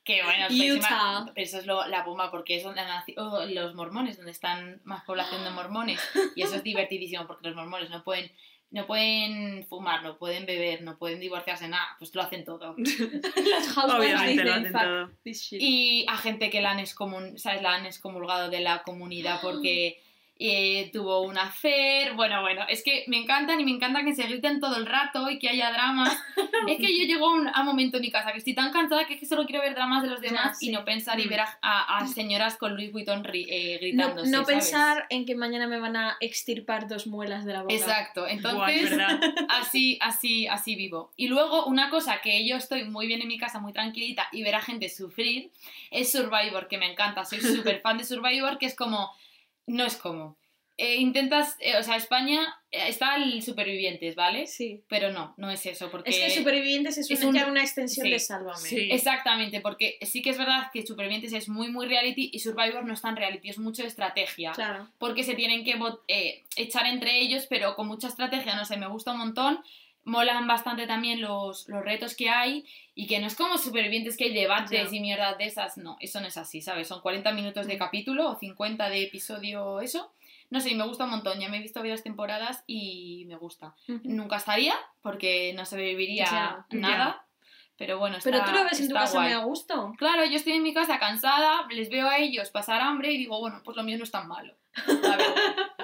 Que bueno, pues Utah. encima- pero eso es lo- la bomba, porque es donde han nacido los mormones, donde están más población de mormones. Y eso es divertidísimo, porque los mormones no pueden, no pueden fumar, no pueden beber, no pueden divorciarse, nada, pues lo hacen todo. Los housewives Obviamente lo dicen, hacen fuck todo. this shit. Y a gente que la han, excomun ¿sabes? La han excomulgado de la comunidad porque eh, tuvo un affair. Bueno, bueno, es que me encantan y me encanta que se griten todo el rato y que haya dramas. Es que yo llego a un a un momento en mi casa que estoy tan cansada que es que solo quiero ver dramas de los Ya, demás sí. y no pensar y Mm. ver a, a- a señoras con Louis Vuitton ri- eh, No, gritándose, no ¿sabes? pensar en que mañana me van a extirpar dos muelas de la boca. Exacto, Buah, es entonces verdad. así, así, así vivo. Y luego una cosa que yo estoy muy bien en mi casa, muy tranquilita, y ver a gente sufrir, es Survivor, que me encanta. Soy súper fan de Survivor, que es como... No es como... eh, intentas... eh, o sea, España eh, está el Supervivientes, ¿vale? Sí. Pero no, no es eso, porque... Es que Supervivientes es, es una, un- ya una extensión sí, de Sálvame. sí. Exactamente, porque sí que es verdad que Supervivientes es muy, muy reality y Survivor no es tan reality, es mucho de estrategia. Claro. Porque se tienen que bot- eh, echar entre ellos, pero con mucha estrategia, no sé, me gusta un montón. Molan bastante también los, los retos que hay y que no es como Supervivientes que hay debates Ya. y mierdas de esas, no, eso no es así, ¿sabes? Son cuarenta minutos de capítulo o cincuenta de episodio, eso. No sé, y me gusta un montón, ya me he visto varias temporadas y me gusta. Ujú. Nunca estaría porque no sobreviviría Ya, nada, pero bueno, está Pero tú lo ves en tu está casa guay. muy a gusto. Claro, yo estoy en mi casa cansada, les veo a ellos pasar hambre y digo, bueno, pues lo mío no es tan malo, la verdad.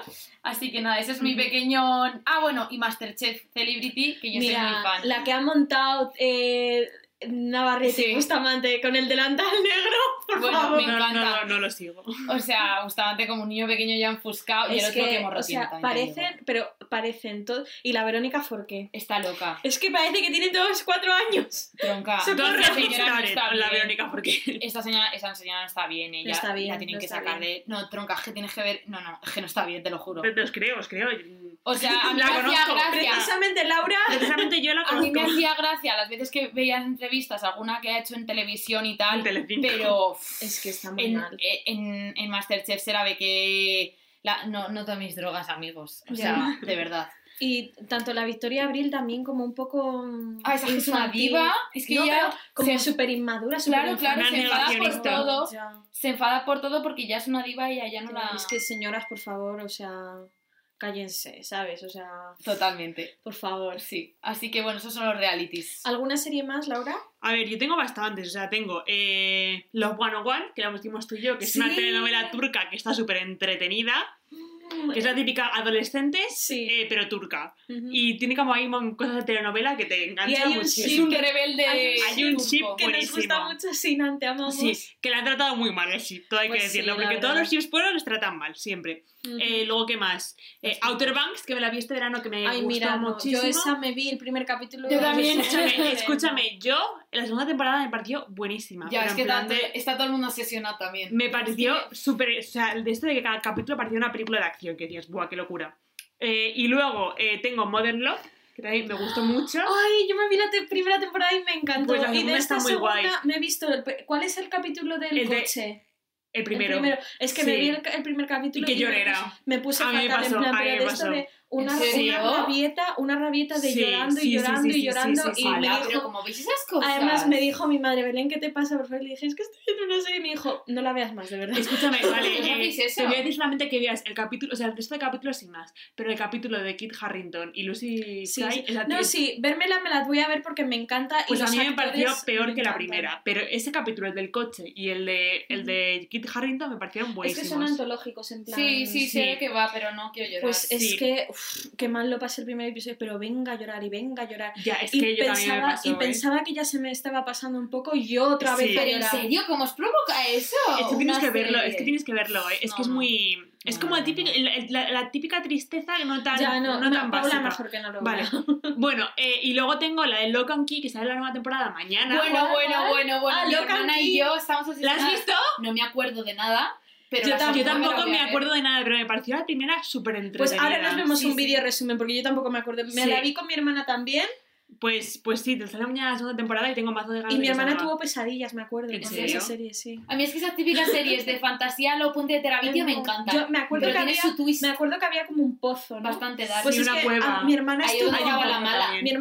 Así que nada, ese es mi Ujú. pequeño... Ah, bueno, y Masterchef Celebrity, que yo soy muy Mira, fan. la que ha montado eh, Navarrete Sí. y Bustamante con el delantal negro, por Bueno, favor. me No, encanta. no, no, no lo sigo. O sea, Bustamante como un niño pequeño ya enfuscado y el Es otro que, que, morro o tiene sea, también te digo. parecen, pero parecen todos. Y la Verónica Forqué. Está loca, Es que parece que tiene todos cuatro años. tronca. Se Todos corre Esta los señora no Instagram está con la bien. Verónica porque... Esta señora, esa señora no está bien, ella No está bien, la tienen no que está sacar de... No, tronca, que tienes que ver... No, no, es que no está bien, te lo juro. Te- te Os creo, os creo. O sea, a mí La me hacía conozco. gracia... Precisamente Laura. Precisamente yo la A mí me conozco. hacía gracia las veces que veías entrevistas, alguna que ha hecho en televisión y tal, En Telecinco. pero Es que está muy en, mal. en, en Masterchef se ve que la, no, no toméis drogas, amigos. O sea, de verdad. Y tanto la Victoria Abril también como un poco. Ah, esa es una infantil. diva. Es que No, ya pero como se- súper inmadura, Claro, súper claro, Una se enfada por negacionista. todo. Ya. Se enfada por todo porque ya es una diva y ya no la... Es que señoras, por favor, o sea, cállense, ¿sabes? O sea, Totalmente. por favor. Sí. Así que bueno, esos son los realities. ¿Alguna serie más, Laura? A ver, yo tengo bastantes. O sea, tengo eh, Los One on One, que la hicimos tú y yo, que es Sí. una telenovela turca que está súper entretenida. Que es la típica adolescentes, Sí. eh, pero turca. Ujú. Y tiene como ahí mon- cosas de telenovela que te enganchan Y hay un muchísimo. Es un rebelde. Hay- hay un turco. ship que nos buenísimo. gusta mucho Sinan, te amamos. Sí, que la han tratado muy mal, sí, todo hay Pues que sí, decirlo, la porque todos verdad. los ships fueron los tratan mal, siempre. Ujú. Eh, luego, ¿qué más? Eh, Los Outer tipos. Banks, que me la vi este verano, que me Ay, gustó mira, no, muchísimo. yo esa me vi el primer capítulo. Yo y también. dije, Escúchame, escúchame, yo la segunda temporada me pareció buenísima. Ya, pero es en que plan tanto- de- está todo el mundo obsesionado también. me pareció súper... O sea, de esto de que cada capítulo parecía una película de acción, que dices, ¡buah, qué locura! Eh, y luego eh, tengo Modern Love, que también me gustó mucho. Ay, yo me vi la te- primera temporada y me encantó. Pues la y de segunda esta está muy segunda guay. me he visto. El, pe- ¿Cuál es el capítulo del El de- coche? El El primero. Es que me Sí. vi el, el primer Y capítulo que me lloré. puse- Me puse A mí me fatal pasó, en plan, a mí pero me de esto pasó. de una, ¿En serio? una rabieta, una rabieta de Sí, llorando sí, y sí, llorando sí, y sí, llorando sí, sí, y sí. me Ala, dijo, pero como veis esas cosas. además me dijo mi madre, Belén, ¿qué te pasa? Por favor, le dije, es que estoy viendo una serie y me dijo, no la veas más, de verdad. Escúchame, vale, ¿Cómo eh, hacéis eso? te voy a decir solamente que veas el capítulo, o sea, el resto de capítulos sin más, pero el capítulo de Kit Harington y Lucy Sí, Fry, sí. es la No, tía- sí, vérmela me la voy a ver porque me encanta. Y pues a los mí me actores pareció peor me que la encantan. primera, pero ese capítulo, el del coche y el de, el de Kit Harington me parecieron Es que buenísimos. son antológicos, en plan. Sí, sí, Sí. sé de qué va, pero no quiero llorar. Pues es Sí. que, uf, qué mal lo pasé el primer episodio, pero venga a llorar y venga a llorar. Ya, es Y que yo también me pensaba, pasó, y ¿eh? pensaba que ya se me estaba pasando un poco y yo otra vez Sí. a Pero en llorar. serio, ¿cómo os provoca eso? Es que tienes Una que verlo, serie. es que tienes que verlo, ¿eh? Es No, que es no. muy... Es No, como no, el típico- no. el- el- la, la típica tristeza no tan, Ya, no, no no, tan Paula básica. mejor que no lo Vale. vea. Bueno, eh, y luego tengo la de Lock and Key, que sale la nueva temporada mañana. Bueno, ¿Cuál, bueno, cuál? bueno, bueno. Ah, Mi Lock and hermana Key. y yo estamos ¿La has obsesionadas. visto? No me acuerdo de nada, pero Yo la tam- Yo segunda tampoco la voy me a ver. acuerdo de nada, pero me pareció la primera súper entretenida. Pues ahora nos vemos Sí, un sí. vídeo resumen porque yo tampoco me acuerdo. Me Sí. la vi con mi hermana también Pues, pues sí, te sale mañana la segunda temporada y tengo mazo de ganas y de mi que hermana salga. tuvo pesadillas, me acuerdo. ¿En con serio? esa serie, sí. A mí es que esas típicas series de fantasía, lo puente de terabitio, me No, encantan. Yo me acuerdo, Pero que tiene había, su twist me acuerdo que había como un pozo, ¿no? bastante dark. Pues Sí, es una que cueva. a- mi hermana Ahí estuvo... donde Hay un jugaba la poco mala. también. Mi hermana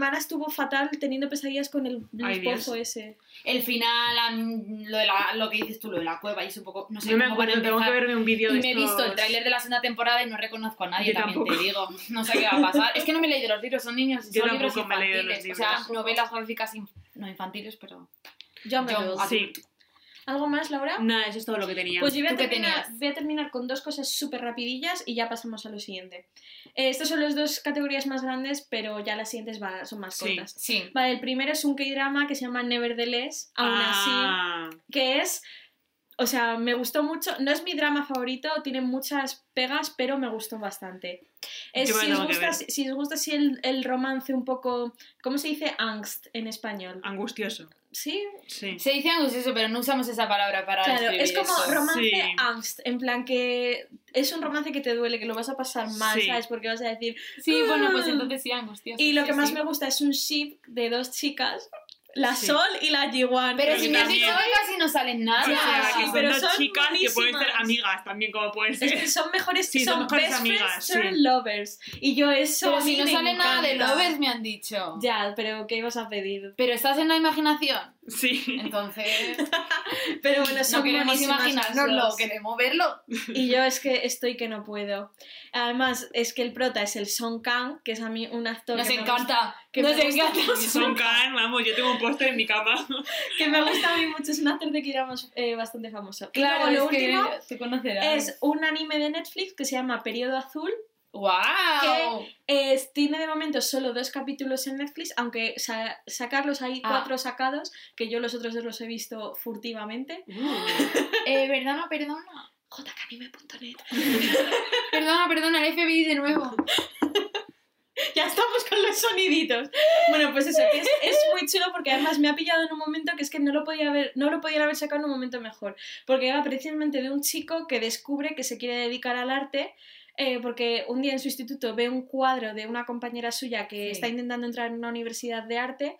hermana estuvo fatal teniendo pesadillas con el, Ay, el Dios. pozo ese. El final, a mí, lo, de la, lo que dices tú, lo de la cueva, y es un poco... No sé No me cómo van a acuerdo, tengo que empezar. verme un vídeo Y de me he visto el estos- tráiler de la segunda temporada y no reconozco a nadie, Yo también tampoco. te digo. No sé qué va a pasar. Es que no me he leído los libros, son niños, Yo son libros tampoco me he leído los infantiles. O sea, libros. novelas gráficas, inf- no infantiles, pero... Young Young adult. Sí. ¿Algo más, Laura? Nada, eso es todo lo que tenía. Pues yo voy a, ¿Tú qué terminar, tenías? voy a terminar con dos cosas súper rapidillas y ya pasamos a lo siguiente. Eh, estas son las dos categorías más grandes, pero ya las siguientes va- son más Sí. cortas. Sí. Vale, el primero es un K-drama que se llama Nevertheless, aún Ah, así, que es... O sea, me gustó mucho. No es mi drama favorito, tiene muchas pegas, pero me gustó bastante. Es, Yo me si, lo os tengo que gusta, ver. si, si os gusta así el, el romance un poco... ¿Cómo se dice? Angst en español. angustioso. ¿Sí? Sí. Se dice angustioso, pero no usamos esa palabra para Claro, describir es como eso. romance Sí. angst, en plan que es un romance que te duele, que lo vas a pasar mal, Sí. ¿sabes? Porque vas a decir... Sí, bueno, pues entonces sí, angustioso. Y lo sí, que más sí. me gusta es un ship de dos chicas, la Sí. Sol y la Jiwan. Pero Pero si que me has también- dicho que casi no salen nada. O sea, que sí, son pero dos son chicas que pueden ser buenísimas. amigas también, como pueden Es ser. que son mejores, Sí, son son, mejores best amigas, friends, son sí. lovers. Y yo eso Pero a mí si no me sale nada de encanta. lovers, me han dicho. Ya, pero ¿qué ibas a pedir? Pero estás en la imaginación. Sí. Entonces, Pero bueno, son no queremos buenísimas las imaginárnoslo, dos. queremos verlo. Y yo es que estoy que no puedo. Además, es que el prota es el Song Kang, que es a mí un actor Nos que, me encanta. que Nos me gusta encanta. Y son can, vamos, yo tengo un póster en mi cama. gusta, que me gusta a mí mucho, es un actor de K-dramas eh, bastante famoso. Y Claro, luego, lo es que último te conocerás. es un anime de Netflix que se llama Periodo Azul. ¡Guau! Es- tiene de momento solo dos capítulos en Netflix, aunque sa- sacarlos hay Ah. cuatro sacados, que yo los otros dos los he visto furtivamente. Eh, perdona, perdona. j k anime punto net. Perdona, perdona, el F B I de nuevo. Ya estamos con los soniditos. Bueno, pues eso, que es, es muy chulo porque además me ha pillado en un momento que es que no lo podía haber, no lo podía haber sacado en un momento mejor. Porque va precisamente de un chico que descubre que se quiere dedicar al arte. Eh, porque un día en su instituto ve un cuadro de una compañera suya que Sí. está intentando entrar en una universidad de arte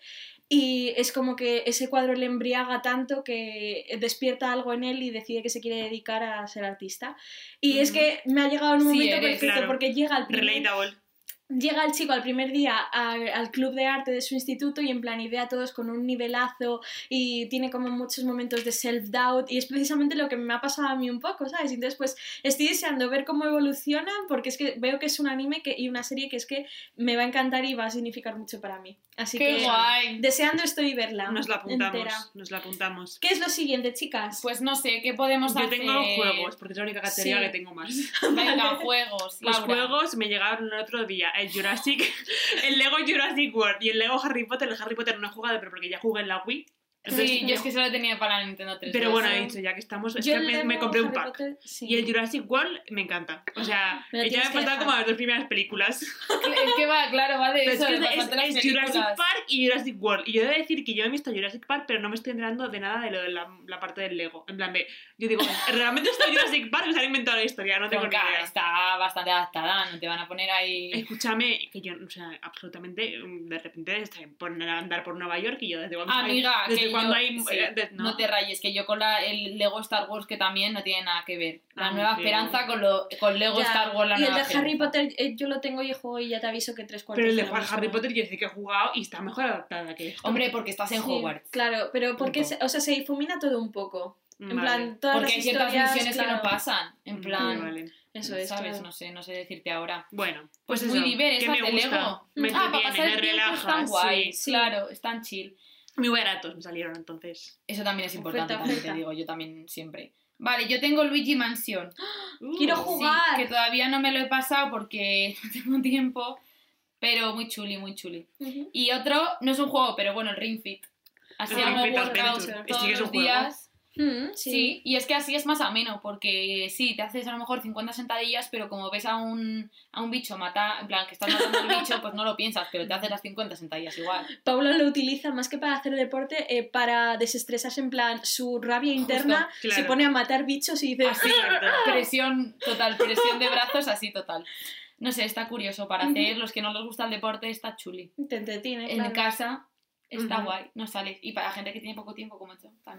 y es como que ese cuadro le embriaga tanto que despierta algo en él y decide que se quiere dedicar a ser artista. Y es Ujú. que me ha llegado en un Sí, momento eres, perfecto claro. porque llega al primer... Relatable. Llega el chico al primer día al, al club de arte de su instituto y en plan y ve a todos con un nivelazo y tiene como muchos momentos de self-doubt y es precisamente lo que me ha pasado a mí un poco, ¿sabes? Y entonces pues estoy deseando ver cómo evolucionan porque es que veo que es un anime que, y una serie que es que me va a encantar y va a significar mucho para mí. Así ¡Qué que guay! deseando estoy verla Nos la apuntamos. entera. Nos la apuntamos. ¿Qué es lo siguiente, chicas? Pues no sé, ¿qué podemos Yo hacer? tengo juegos, porque es la única categoría Sí. que tengo más. Venga, juegos. Los Laura. juegos me llegaron el otro día. El Jurassic, el Lego Jurassic World y el Lego Harry Potter. El Harry Potter no he jugado, pero porque ya jugué en la Wii. Entonces, Sí, yo es que solo tenía para la Nintendo tres D S. Pero bueno, he Sí. dicho, ya que estamos, es Yo que el me, Lego me compré un Harry pack. Potter, sí. Y el Jurassic World me encanta. O sea, Me lo ya tienes me que faltan dejar. como las dos primeras películas. Es que va, claro, va de Pero eso, es de que es, pasarte las es películas. Jurassic Park y Jurassic World. Y yo he de decir que yo he visto Jurassic Park, pero no me estoy enterando de nada de lo de la, la parte del Lego. En plan de, yo digo, ¿realmente está Jurassic Park o se han inventado la historia? No tengo ni Tronca, idea. está bastante adaptada, no te van a poner ahí... Escúchame, que yo, o sea, absolutamente, mm, de repente se ponen a andar por Nueva York y yo desde cuando Amiga, hay, desde que cuando yo- hay, sí, eh, de- no. te rayes, que yo con la, el Lego Star Wars que también no tiene nada que ver. La Ah, Nueva pero- Esperanza con, lo, con Lego Ya, Star Wars, la y el Nueva de Harry Esperanza. Potter eh, yo lo tengo y juego y ya te aviso que tres cuartos Pero el de lo Juan mismo. Harry Potter yo sé que he jugado y está mejor adaptada que esto. Hombre, porque estás en Sí, Hogwarts. Claro, pero porque, Punto. se, o sea, se difumina todo un poco. En Vale. plan, todas Porque las hay ciertas historias, misiones que claro, no pasan. En plan, Vale, vale. Eso es, ¿sabes? claro. No sé, no sé decirte ahora. Bueno, Pues, pues, muy eso, diversas que me de gusta. Lego. Me ah, para entretiene, pasar me el tiempo relaja, están guay. sí. Claro, están chill. Muy baratos me salieron entonces. Eso también es importante, Oferta, también oferta. te digo, yo también siempre. Vale, yo tengo Luigi Mansion. Quiero Uh, jugar. Sí, que todavía no me lo he pasado porque no tengo tiempo, pero muy chuli, muy chuli. Ujú. Y otro, no es un juego, pero bueno, el Ring Fit. Así El hago Ring Fit workout Adventure. todos Sí que es un los juego. días. Mm, Sí. sí. y es que así es más ameno, porque sí, te haces a lo mejor cincuenta sentadillas, pero como ves a un, a un bicho matar, en plan, que estás matando al bicho, pues no lo piensas, pero te haces las cincuenta sentadillas igual. Pablo lo utiliza más que para hacer deporte, eh, para desestresarse en plan su rabia interna, claro. se pone a matar bichos y dice... Así, presión total, presión de brazos, así total. No sé, está curioso para hacer, los que no les gusta el deporte, está chuli. Te entretiene, En claro. casa está Ujú. guay, no sales. Y para gente que tiene poco tiempo como yo, también.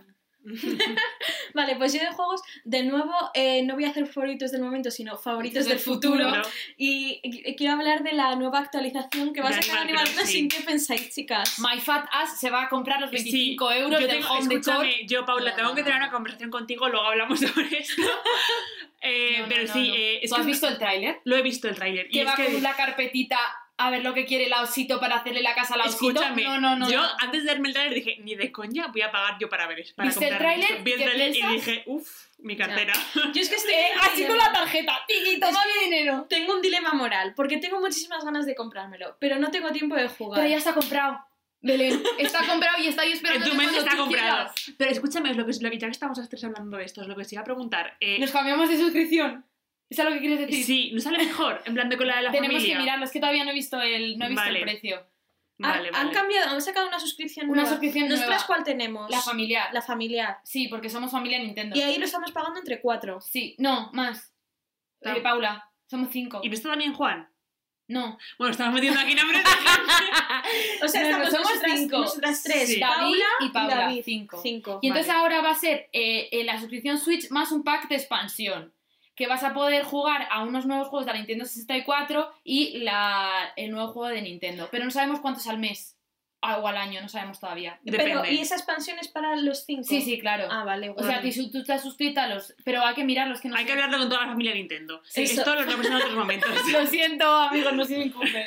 Vale, pues yo de juegos, de nuevo, eh, no voy a hacer favoritos del momento, sino favoritos del, del futuro. futuro. Y, y quiero hablar de la nueva actualización que va a sacar Animal Crossing. ¿Qué pensáis, chicas? My Fat Ass se va a comprar los veinticinco sí, euros yo del tengo, home escúchame, decor. Yo, Paula, no, tengo no, que tener no. una conversación contigo, luego hablamos sobre esto. eh, no, pero no, sí, no. eh, es ¿Tú que has visto el tráiler? Lo he visto el tráiler. Que y va es que... con la carpetita a ver lo que quiere la osito para hacerle la casa a la osito. Escúchame, no, no, no, yo no. antes de verme el tráiler dije, ni de coña voy a pagar yo para ver eso. Para ¿Viste el tráiler? Vi el tráiler y dije, uff, mi cartera. Ya. Yo es que estoy eh, así con la tarjeta, tiki, toma mi dinero. Tengo un dilema moral, porque tengo muchísimas ganas de comprármelo, pero no tengo tiempo de jugar. Pero ya está comprado. Belén, está comprado y está ahí esperando. En tu mente está comprado. Pero escúchame, es lo que, lo que ya que estamos a tres hablando de esto, es lo que os iba a preguntar. Eh, ¿Nos cambiamos de suscripción? ¿Es lo que quieres decir? Sí, ¿no sale mejor? En plan de con la de la Tenemos familia. que mirarlo, es que todavía no he visto el, no he visto vale. el precio. Vale, han, vale. han cambiado, han sacado una suscripción Una nueva. suscripción ¿Nosotras nueva. cuál tenemos? La familiar. La familiar. Sí, porque somos familia Nintendo. Y ahí lo estamos pagando entre cuatro. Sí, no, más. Eh, Paula, somos cinco. ¿Y no está también Juan? No. Bueno, estamos metiendo aquí nombres de O sea, no, estamos somos nosotras, cinco. nosotras tres. Sí. Paula David y Paula, David. cinco. cinco. Y entonces Vale. ahora va a ser eh, eh, la suscripción Switch más un pack de expansión. Que vas a poder jugar a unos nuevos juegos de la Nintendo sesenta y cuatro y la, el nuevo juego de Nintendo. Pero no sabemos cuántos al mes. O al año, no sabemos todavía. Depende. Pero, ¿y esa expansión es para los cinco? Sí, sí, claro. Ah, vale. O sea, tú, tú estás suscrita a los... Pero hay que mirarlos, que no Hay sé. que hablarlo con toda la familia Nintendo. Sí, Eso. esto lo vemos en otros momentos. Lo siento, amigos, no soy incumben.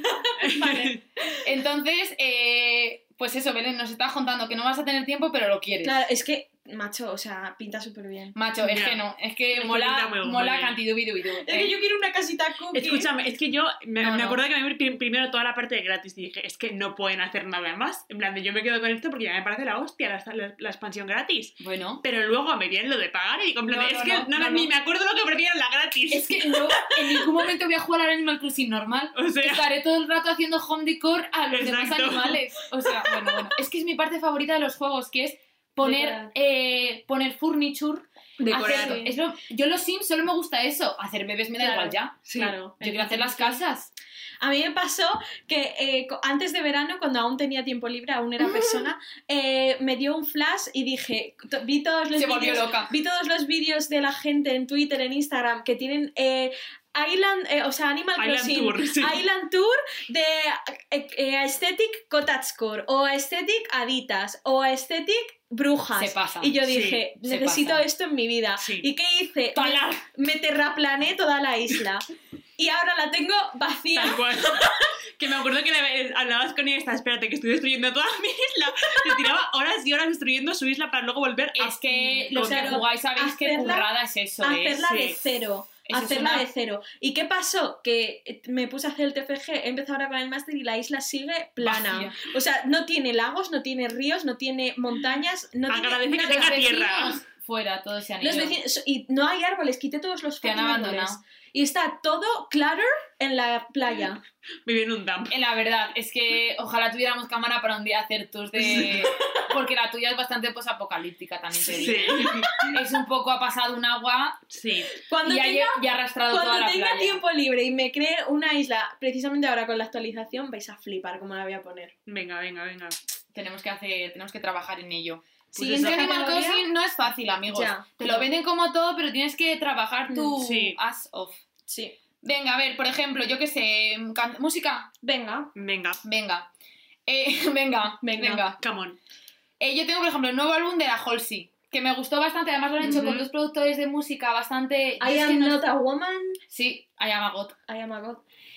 Vale. Entonces, eh, pues eso, Belén, nos estás contando que no vas a tener tiempo, pero lo quieres. Claro, es que, macho, o sea, pinta súper bien. Macho, es Ya. que no, es que Es que mola, pinta muy- muy mola bien. cantidubidubidú. Es que yo quiero una casita cookie. Escúchame, es que yo me, No, me no. acuerdo que me vi prim- primero toda la parte de gratis y dije, es que no pueden hacer nada más. En plan, de yo me quedo con esto porque ya me parece la hostia la, la, la expansión gratis. Bueno. Pero luego me viene lo de pagar y digo, en plan, No, es no, que no, no, no, ni no. me acuerdo lo que prefiero la gratis. Es que no, en ningún momento voy a jugar al Animal Crossing normal. O sea, Estaré todo el rato haciendo home decor a los demás Exacto. animales. O sea, bueno, bueno. Es que es mi parte favorita de los juegos, que es poner, Decorar. eh, poner furniture. decorar. Hacer, es lo, yo los Sims solo me gusta eso. Hacer bebés me da Claro. igual ya. Sí. Claro. Yo quiero hacer las casas. A mí me pasó que eh, co- antes de verano, cuando aún tenía tiempo libre, aún era persona, eh, me dio un flash y dije, to- vi todos los Se volvió vídeos, loca. vi todos los vídeos de la gente en Twitter, en Instagram, que tienen eh, Island, eh, o sea, Animal Island Crossing, Tour, sí. Island Tour de eh, eh, Aesthetic Cottagecore, o Aesthetic Aditas, o Aesthetic Brujas. Se pasa. Y yo Sí, dije, se necesito pasa. esto en mi vida. Sí. ¿Y qué hice? Talar. Me, me terraplané toda la isla. Y ahora la tengo vacía. Tal cual. Que me acuerdo que le- hablabas con ella y estaba, espérate, que estoy destruyendo toda mi isla. Se tiraba horas y horas destruyendo su isla para luego volver a... Es que los que Claro, jugáis sabéis qué hacerla- currada es eso, ¿eh? Hacerla sí. de cero. Eso es hacerla una- de cero. ¿Y qué pasó? Que me puse a hacer el T F G, he empezado ahora con el máster y la isla sigue plana. Vacía. O sea, no tiene lagos, no tiene ríos, no tiene montañas, no Agradece tiene que nada. tenga Los tierra. vecinos, fuera, todo ese anillo. Los vecinos, y no hay árboles, quité todos los Te han fucking árboles. abandonado. Y está todo clutter en la playa. Vive en un dump. Eh, La verdad, es que ojalá tuviéramos cámara para un día hacer tours de... Porque la tuya es bastante posapocalíptica, también te digo. Sí. Es un poco, ha pasado un agua Sí. Cuando y ha, tenga, y ha arrastrado toda cuando la tenga playa. tiempo libre y me cree una isla, precisamente ahora con la actualización, vais a flipar cómo la voy a poner. Venga, venga, venga. Tenemos que hacer, tenemos que trabajar en ello. Pues Siguiente Es que Animal categoría. Crossing no es fácil, amigos. Ya, Te no. lo venden como todo, pero tienes que trabajar tu Sí. ass off. Sí. Venga, a ver, por ejemplo, yo qué sé, can- música. Venga. Venga. Venga. Eh, venga, Venga. venga. Come on. Eh, yo tengo, por ejemplo, el nuevo álbum de la Halsey, que me gustó bastante. Además lo han hecho Ujú. con dos productores de música bastante... yo I es que am no- not a woman, Sí, I am a god. I am a god.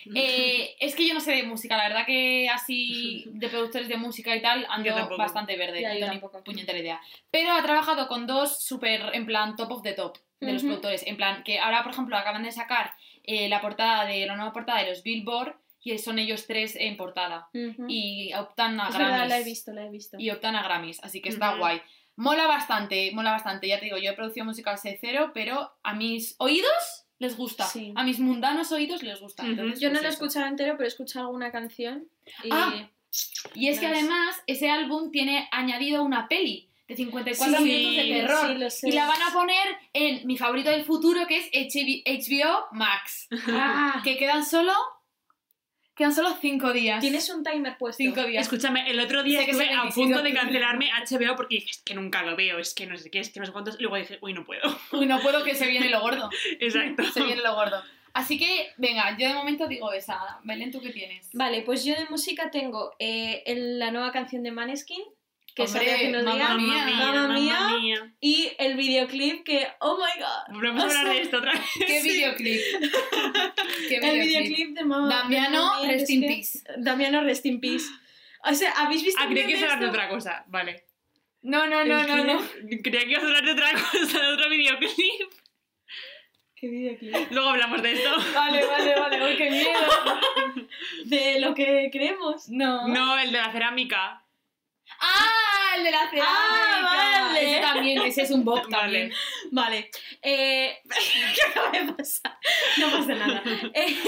Eh, es que yo no sé de música, la verdad que así de productores de música y tal Yo ando tampoco. bastante verde, Ya, no yo tengo ni tampoco. puñetera idea. Pero ha trabajado con dos súper, en plan, top of the top de los Ujú. productores. En plan, que ahora, por ejemplo, acaban de sacar eh, la portada de la nueva portada de los Billboard y son ellos tres en portada. Ujú. Y optan a Es Grammys. verdad, la he visto, la he visto. Y optan a Grammys, así que está Ujú. guay. Mola bastante, mola bastante. Ya te digo, yo he producido música al cero, pero a mis oídos les gusta. Sí. A mis mundanos oídos les gusta. Ujú. Entonces, Yo no pues lo he eso. escuchado entero, pero he escuchado alguna canción y... Ah, Y es que Nice. además ese álbum tiene añadido una peli de cincuenta y cuatro Sí, minutos de terror. sí, lo sé. Y la van a poner en mi favorito del futuro, que es H B O Max. Ah, Que quedan solo Quedan solo cinco días. Tienes un timer puesto. cinco días. Escúchame, el otro día Sé que es estuve el a veintiséis punto de de octubre. cancelarme H B O porque dije, es que nunca lo veo, es que no sé qué, es que no sé cuántos. Y luego dije, uy, no puedo. Uy, no puedo, que se viene lo gordo. Exacto. Se viene lo gordo. Así que, venga, yo de momento digo esa. Belén, ¿tú qué tienes? Vale, pues yo de música tengo eh, el- la nueva canción de Maneskin, que Hombre, salió hace unos Mamma días. Mía. Mamma mía, Mamma mía. mamma mía. Y el videoclip que, oh my god. Volvemos a O hablar sea, de esto otra vez. ¿Qué Sí. videoclip? ¿Qué El videoclip de Mamma Damiano, Mamma Mía, rest es in que- peace. Damiano, rest in peace. O sea, ¿habéis visto Ah, el creía que meme ibas a hablar de esto? otra cosa. Vale. No, no, no, ¿El no, qué? no. Creía que ibas a hablar de otra cosa, de otro videoclip. ¿Qué videoclip? Luego hablamos de esto. Vale, vale, vale. Uy, qué miedo. De lo que creemos. No. No, el de la cerámica. ¡Ah! El de la cerámica. Ah, vale. Ese también, ese es un bop también. Vale. Vale. Eh... ¿Qué acaba de pasar? No pasa nada. Eh,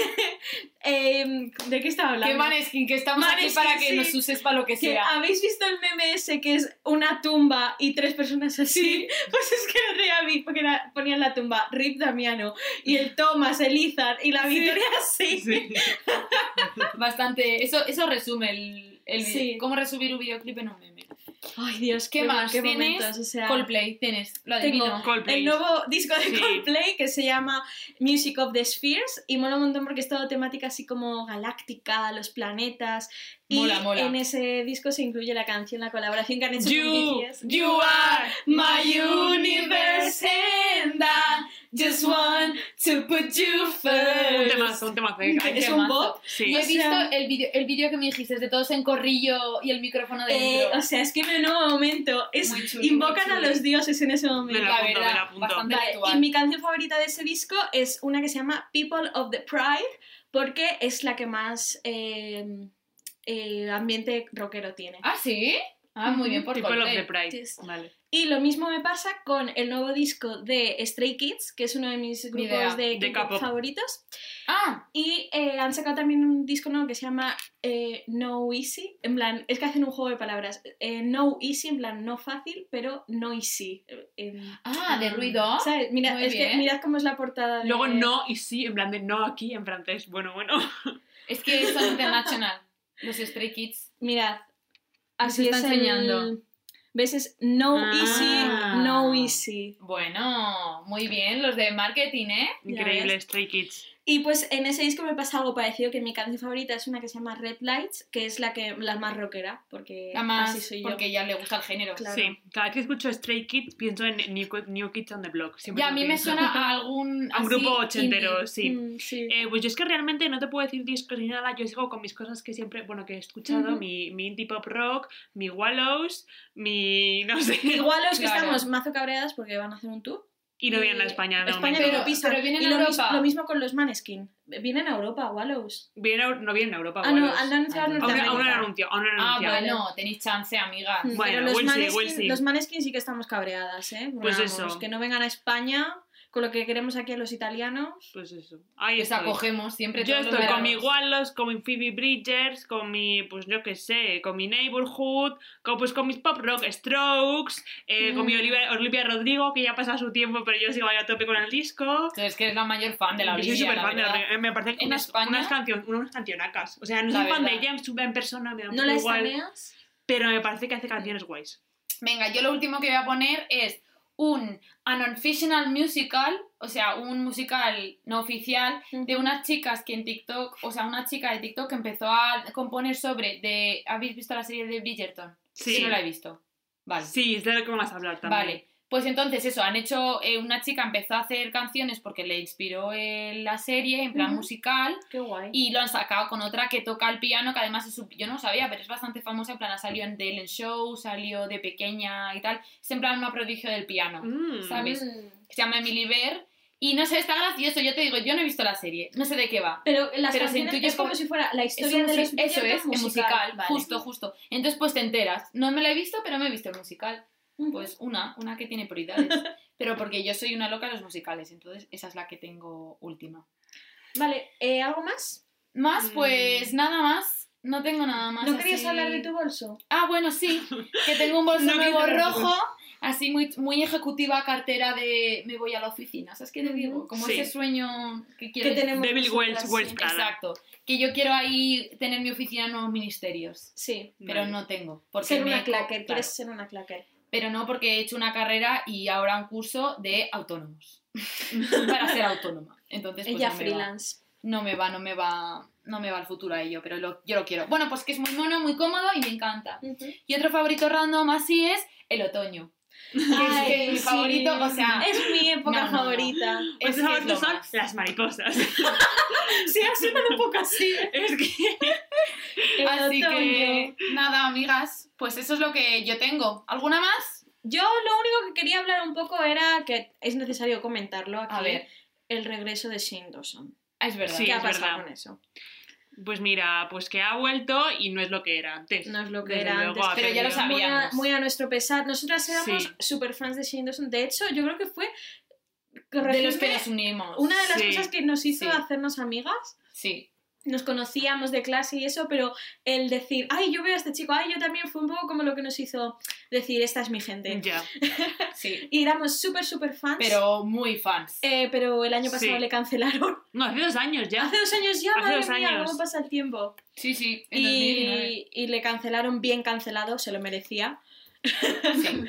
eh, ¿De qué estaba hablando? Qué Maneskin, que estamos aquí Maneskin, para que sí. nos uses para lo que Que, sea. ¿habéis visto el meme ese que es una tumba y tres personas así? Pues es que el otro día vi porque era- ponían la tumba Rip Damiano y el Thomas, el Izar y la Victoria así. Sí. Bastante. Eso, eso resume el, el Sí. video. ¿Cómo resumir un videoclip en un meme? Ay, Dios, ¿Qué más? qué ¿Tienes? momentos, o sea, Coldplay, tienes. Lo Tengo adivino. Coldplay. el nuevo disco de Sí. Coldplay que se llama Music of the Spheres y mola un montón porque es todo temática así como galáctica, los planetas y Mola, mola. en ese disco se incluye la canción, la colaboración que han hecho con You, B T S. you are My universe and I just want to put you Un first. temazo, un temazo. eh. Hay Es que- un temazo. bop. Sí. Yo he O visto sea- el vídeo el vídeo que me dijiste de todos en corrillo y el micrófono Eh, dentro. o sea, es que menudo momento. Es, Muy chuli, invocan muy a chuli. los dioses en ese momento. Me la la apunto, me la verdad, apunto. bastante Vale, ritual. y mi canción favorita de ese disco es una que se llama People of the Pride, porque es la que más eh, eh, ambiente rockero tiene. ¿Ah, sí? Ah, muy bien por People of Coldplay. the Pride. Yes. Vale. Y lo mismo me pasa con el nuevo disco de Stray Kids, que es uno de mis Ni grupos idea. de, De K-pop K-pop. favoritos. Ah, Y eh, han sacado también un disco nuevo que se llama eh, No Easy. En plan, es que hacen un juego de palabras. Eh, no Easy, en plan, no fácil, pero noisy. Eh, en- ah, de ruido. ¿Sabes? Mira, Muy es que bien. mirad cómo es la portada de... Luego no y sí, en plan de no aquí en francés. Bueno, bueno. Es que son international. Los Stray Kids. Mirad. Nos Así está es enseñando. el... ¿Ves? Es no Ah. easy, no easy. Bueno, muy bien, los de marketing, ¿eh? Increíble, ves. Stray Kids. Y pues en ese disco me pasa algo parecido, que mi canción favorita es una que se llama Red Lights, que es la que la más rockera, porque Además, así soy yo. porque ya le gusta el género. Claro. Sí, cada vez que escucho Stray Kids pienso en New, New Kids on the Block. Siempre Ya, a lo mí me pienso. suena a algún... A un así, grupo ochentero, indie. sí. Mm, sí. Eh, pues yo es que realmente no te puedo decir discos ni nada, yo sigo con mis cosas que siempre, bueno, que he escuchado, Ujú. mi, mi indie pop rock, mi Wallows, mi, no sé, Igual los que Claro. estamos mazo cabreadas porque van a hacer un tour. y no Y vienen a España, de España momento. que lo pisan. pero vienen y a lo, Europa. mis- lo mismo con los Maneskin. Vienen a Europa, Wallows. Vienen a- no vienen a Europa, Ah, no, Wallows. han anunciado Ah, Aún, Norteamérica. aún no han anunciado, aún no han Ah, anunciado. bueno, tenéis chance, amigas. Mm, Bueno, Pero los, we'll see, Maneskin, we'll see. los Maneskin sí que estamos cabreadas, ¿eh? Pues Vamos, eso. Que no vengan a España con lo que queremos aquí a los italianos. Pues eso, ahí Les estoy. acogemos siempre Yo todos los estoy con mi veranos. Wallows, con mi Phoebe Bridgers, con mi, pues yo qué sé, con mi Neighborhood, con, pues con mis pop rock Strokes, eh, con mi Mm. Olivia, Olivia Rodrigo, que ya pasa su tiempo, pero yo sigo ahí a tope con el disco. Tú eres que eres la mayor fan de la Yo soy Olivia, súper la fan de la verdad. Olivia. Me parece que En unas, España- unas, cancion, unas cancionacas. O sea, no La soy fan de verdad. ella en su- en persona, me da un ¿No poco la igual, estaneas? pero me parece que hace canciones guays. Venga, yo lo último que voy a poner es un unofficial musical, o sea, un musical no oficial, de unas chicas que en TikTok, o sea, una chica de TikTok que empezó a componer sobre, de, ¿habéis visto la serie de Bridgerton? Sí. Yo no la he visto. Vale. Sí, es de lo que vamos a hablar también. Vale, pues entonces eso, han hecho, eh, una chica empezó a hacer canciones porque le inspiró eh, la serie en plan Ujú. musical Qué guay. y lo han sacado con otra que toca el piano, que además es su- yo no lo sabía, pero es bastante famosa, en plan ha salido en The Ellen Show, salió de pequeña y tal, es en plan una prodigio del piano, Mm. ¿sabes? Mm. Se llama Emily Bear y no sé, está gracioso, yo te digo, yo no he visto la serie, no sé de qué va. Pero las Pero se canciones intuye es como por- si fuera la Es historia un de musi- los eso Bridgerton es, en musical, Vale. justo, justo. Entonces pues te enteras, no me la he visto, pero me he visto el musical. Ujú. Pues una, una que tiene prioridades. Pero porque yo soy una loca de los musicales, entonces esa es la que tengo última. Vale, eh, ¿algo más? Más, Mm. pues nada más. No tengo nada más. ¿No querías así. hablar de tu bolso? Ah, bueno, sí. Que tengo un bolso No nuevo quiero hablar de rojo, así muy, muy ejecutiva, cartera de me voy a la oficina. ¿Sabes qué te digo? Como Sí. ese sueño que quiero. Que tenemos Devil nosotras, Wells, sí. Wells Prada. Exacto. Que yo quiero ahí tener mi oficina en nuevos ministerios. Sí. Pero Vale. no tengo. Porque Ser me una co- clacker, claro. quieres ser una clacker. Pero no porque he hecho una carrera y ahora un curso de autónomos. Para ser autónoma. Entonces, pues Ella no me va. freelance. No me va, no me va, no me va el futuro a ello, pero lo, yo lo quiero. Bueno, pues que es muy mono, muy cómodo y me encanta. Ujú. Y otro favorito random así es el otoño. Que es Ay, que mi sí. favorito, o sea, Es mi época No, no, no. favorita. Pues es mis que es lo favoritos son más. las mariposas. Sí, ha sido un poco así. ¿eh? Es que... El Así otoño. que, nada, amigas, pues eso es lo que yo tengo. ¿Alguna más? Yo lo único que quería hablar un poco era que es necesario comentarlo aquí. A ver. El regreso de Shane Dawson. Ah, es verdad. Sí, ¿Qué ha es pasado verdad. con eso? Pues mira, pues que ha vuelto y no es lo que era antes. No es lo que Desde era luego antes. ha Pero ya lo perdido. Muy a, sabíamos. muy a nuestro pesar. Nosotras éramos Sí. super fans de Shane Dawson. De hecho, yo creo que fue De los corregidme, que nos unimos. una de las Sí. cosas que nos hizo Sí. hacernos amigas. Sí. Nos conocíamos de clase y eso, pero el decir, ay, yo veo a este chico, ay, yo también, fue un poco como lo que nos hizo decir, esta es mi gente. Ya. Sí. Y éramos súper, súper fans. Pero muy fans. Eh, pero el año pasado Sí. le cancelaron. No, hace dos años ya. Hace dos años ya, Hace madre dos mía, años. cómo pasa el tiempo. Sí, sí. En dos mil diecinueve. Y, y le cancelaron bien cancelado, se lo merecía. Sí.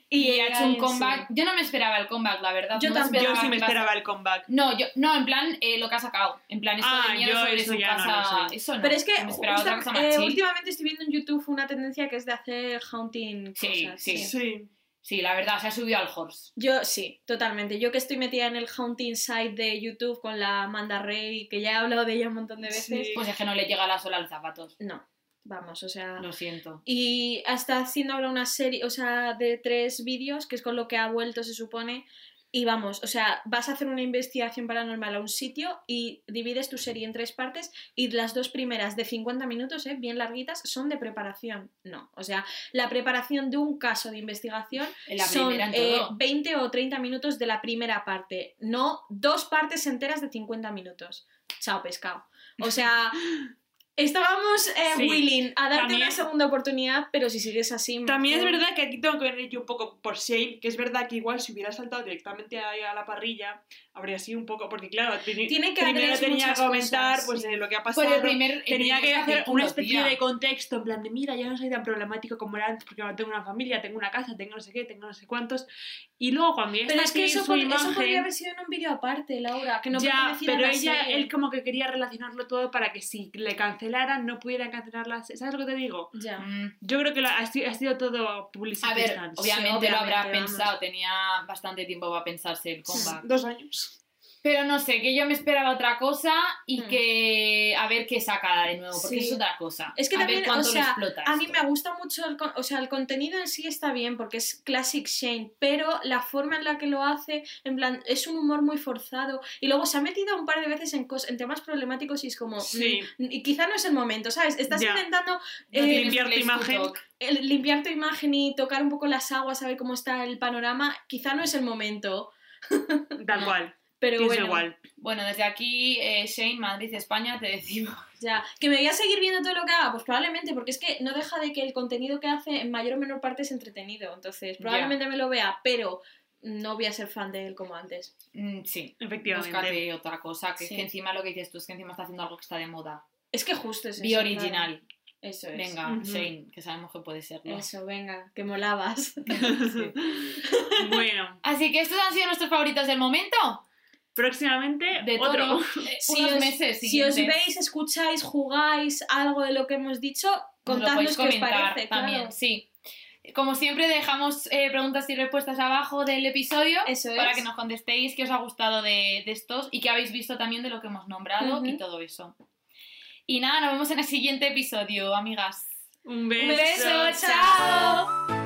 Y ha hecho un sí. comeback. Yo no me esperaba el comeback, la verdad. Yo no me tampoco. Yo esperaba sí me que pasara. esperaba el comeback. No, yo, no, en plan eh, lo que ha sacado. En plan, esto Ah, de miedo yo sobre eso su ya no casa. lo sé. Eso no. Pero es que me esperaba otra justa- cosa más eh, chill. últimamente estoy viendo en YouTube una tendencia que es de hacer haunting Sí, cosas. sí. Sí. Sí, la verdad, se ha subido al horse. Yo sí, totalmente. Yo que estoy metida en el haunting site de YouTube con la Amanda Rey, que ya he hablado de ella un montón de veces. Sí. Pues es que no le llega la sola a los zapatos. No, vamos, o sea... Lo siento. Y está haciendo ahora una serie, o sea, de tres vídeos, que es con lo que ha vuelto, se supone. Y vamos, o sea, vas a hacer una investigación paranormal a un sitio y divides tu serie en tres partes y las dos primeras de cincuenta minutos, ¿eh? Bien larguitas, son de preparación. No, o sea, la preparación de un caso de investigación En la son primera en eh, todo. veinte o treinta minutos de la primera parte, no dos partes enteras de cincuenta minutos. Chao, pescado. O sea... Estábamos eh, Sí. willing a darte También- una segunda oportunidad, pero si sigues así... También es mejor. verdad que aquí tengo que venir yo un poco por Shane, que es verdad que igual si hubiera saltado directamente ahí a la parrilla, habría sido un poco, porque claro, teni- Tiene que primero hacer tenía que muchas comentar cosas, pues sí. de lo que ha Por pasado. el primer, el Tenía primer que hacer capítulo, una especie tía. de contexto, en plan de mira, ya no soy tan problemático como era antes, porque ahora tengo una familia, tengo una casa, tengo no sé qué, tengo no sé cuántos. Y luego cuando ya Pero está es que aquí eso, su pod- imagen, eso podría haber sido en un vídeo aparte, Laura, que no ya, perteneciera pero a la ella, serie. él como que quería relacionarlo todo para que si le cancelaran, no pudieran cancelarlas. ¿Sabes lo que te digo? Ya. Mm. Yo creo que lo- ha, sido, ha sido todo publicidad. A ver, obviamente, Sí, lo habrá obviamente, vamos. pensado. Tenía bastante tiempo para pensarse el comeback. Dos años. Pero no sé, que yo me esperaba otra cosa y Mm. que a ver qué saca de nuevo, porque Sí. es otra cosa. Es que a también, ver cuánto o sea, lo explota a mí esto. me gusta mucho, el, con- o sea, el contenido en sí está bien porque es classic Shane, pero la forma en la que lo hace, en plan, es un humor muy forzado y luego se ha metido un par de veces en, cos- en temas problemáticos y es como, Sí. mm, y quizá no es el momento, ¿sabes? Estás Ya. intentando No eh, tienes limpiar tu place to imagen. talk. el- limpiar tu imagen y tocar un poco las aguas, saber cómo está el panorama, quizá no es el momento, Tal No. cual. pero Pienso bueno, igual. Bueno, desde aquí, eh, Shane, Madrid, España, te decimos. ya. ¿Que me voy a seguir viendo todo lo que haga? Pues probablemente, porque es que no deja de que el contenido que hace en mayor o menor parte es entretenido, entonces probablemente me lo vea, pero no voy a ser fan de él como antes. Mm, sí, Efectivamente. búscate otra cosa, que Sí. es que encima lo que dices tú es que encima está haciendo algo que está de moda. Es que justo es Be eso, original. claro. Eso es. Venga, Ujú. Shane, que sabemos que puede serlo. Eso, venga, que molabas. Sí. Bueno, Así que estos han sido nuestros favoritos del momento. Próximamente De otro. todo. Eh, Si unos os, meses si os siguientes. veis, escucháis, jugáis algo de lo que hemos dicho, Nos lo contadnos podéis qué os comentar parece. también, claro. sí. Como siempre, dejamos eh, preguntas y respuestas abajo del episodio Eso para es. que nos contestéis qué os ha gustado de, de estos y qué habéis visto también de lo que hemos nombrado Ujú. y todo eso. Y nada, nos vemos en el siguiente episodio, amigas. Un beso. Un beso, chao.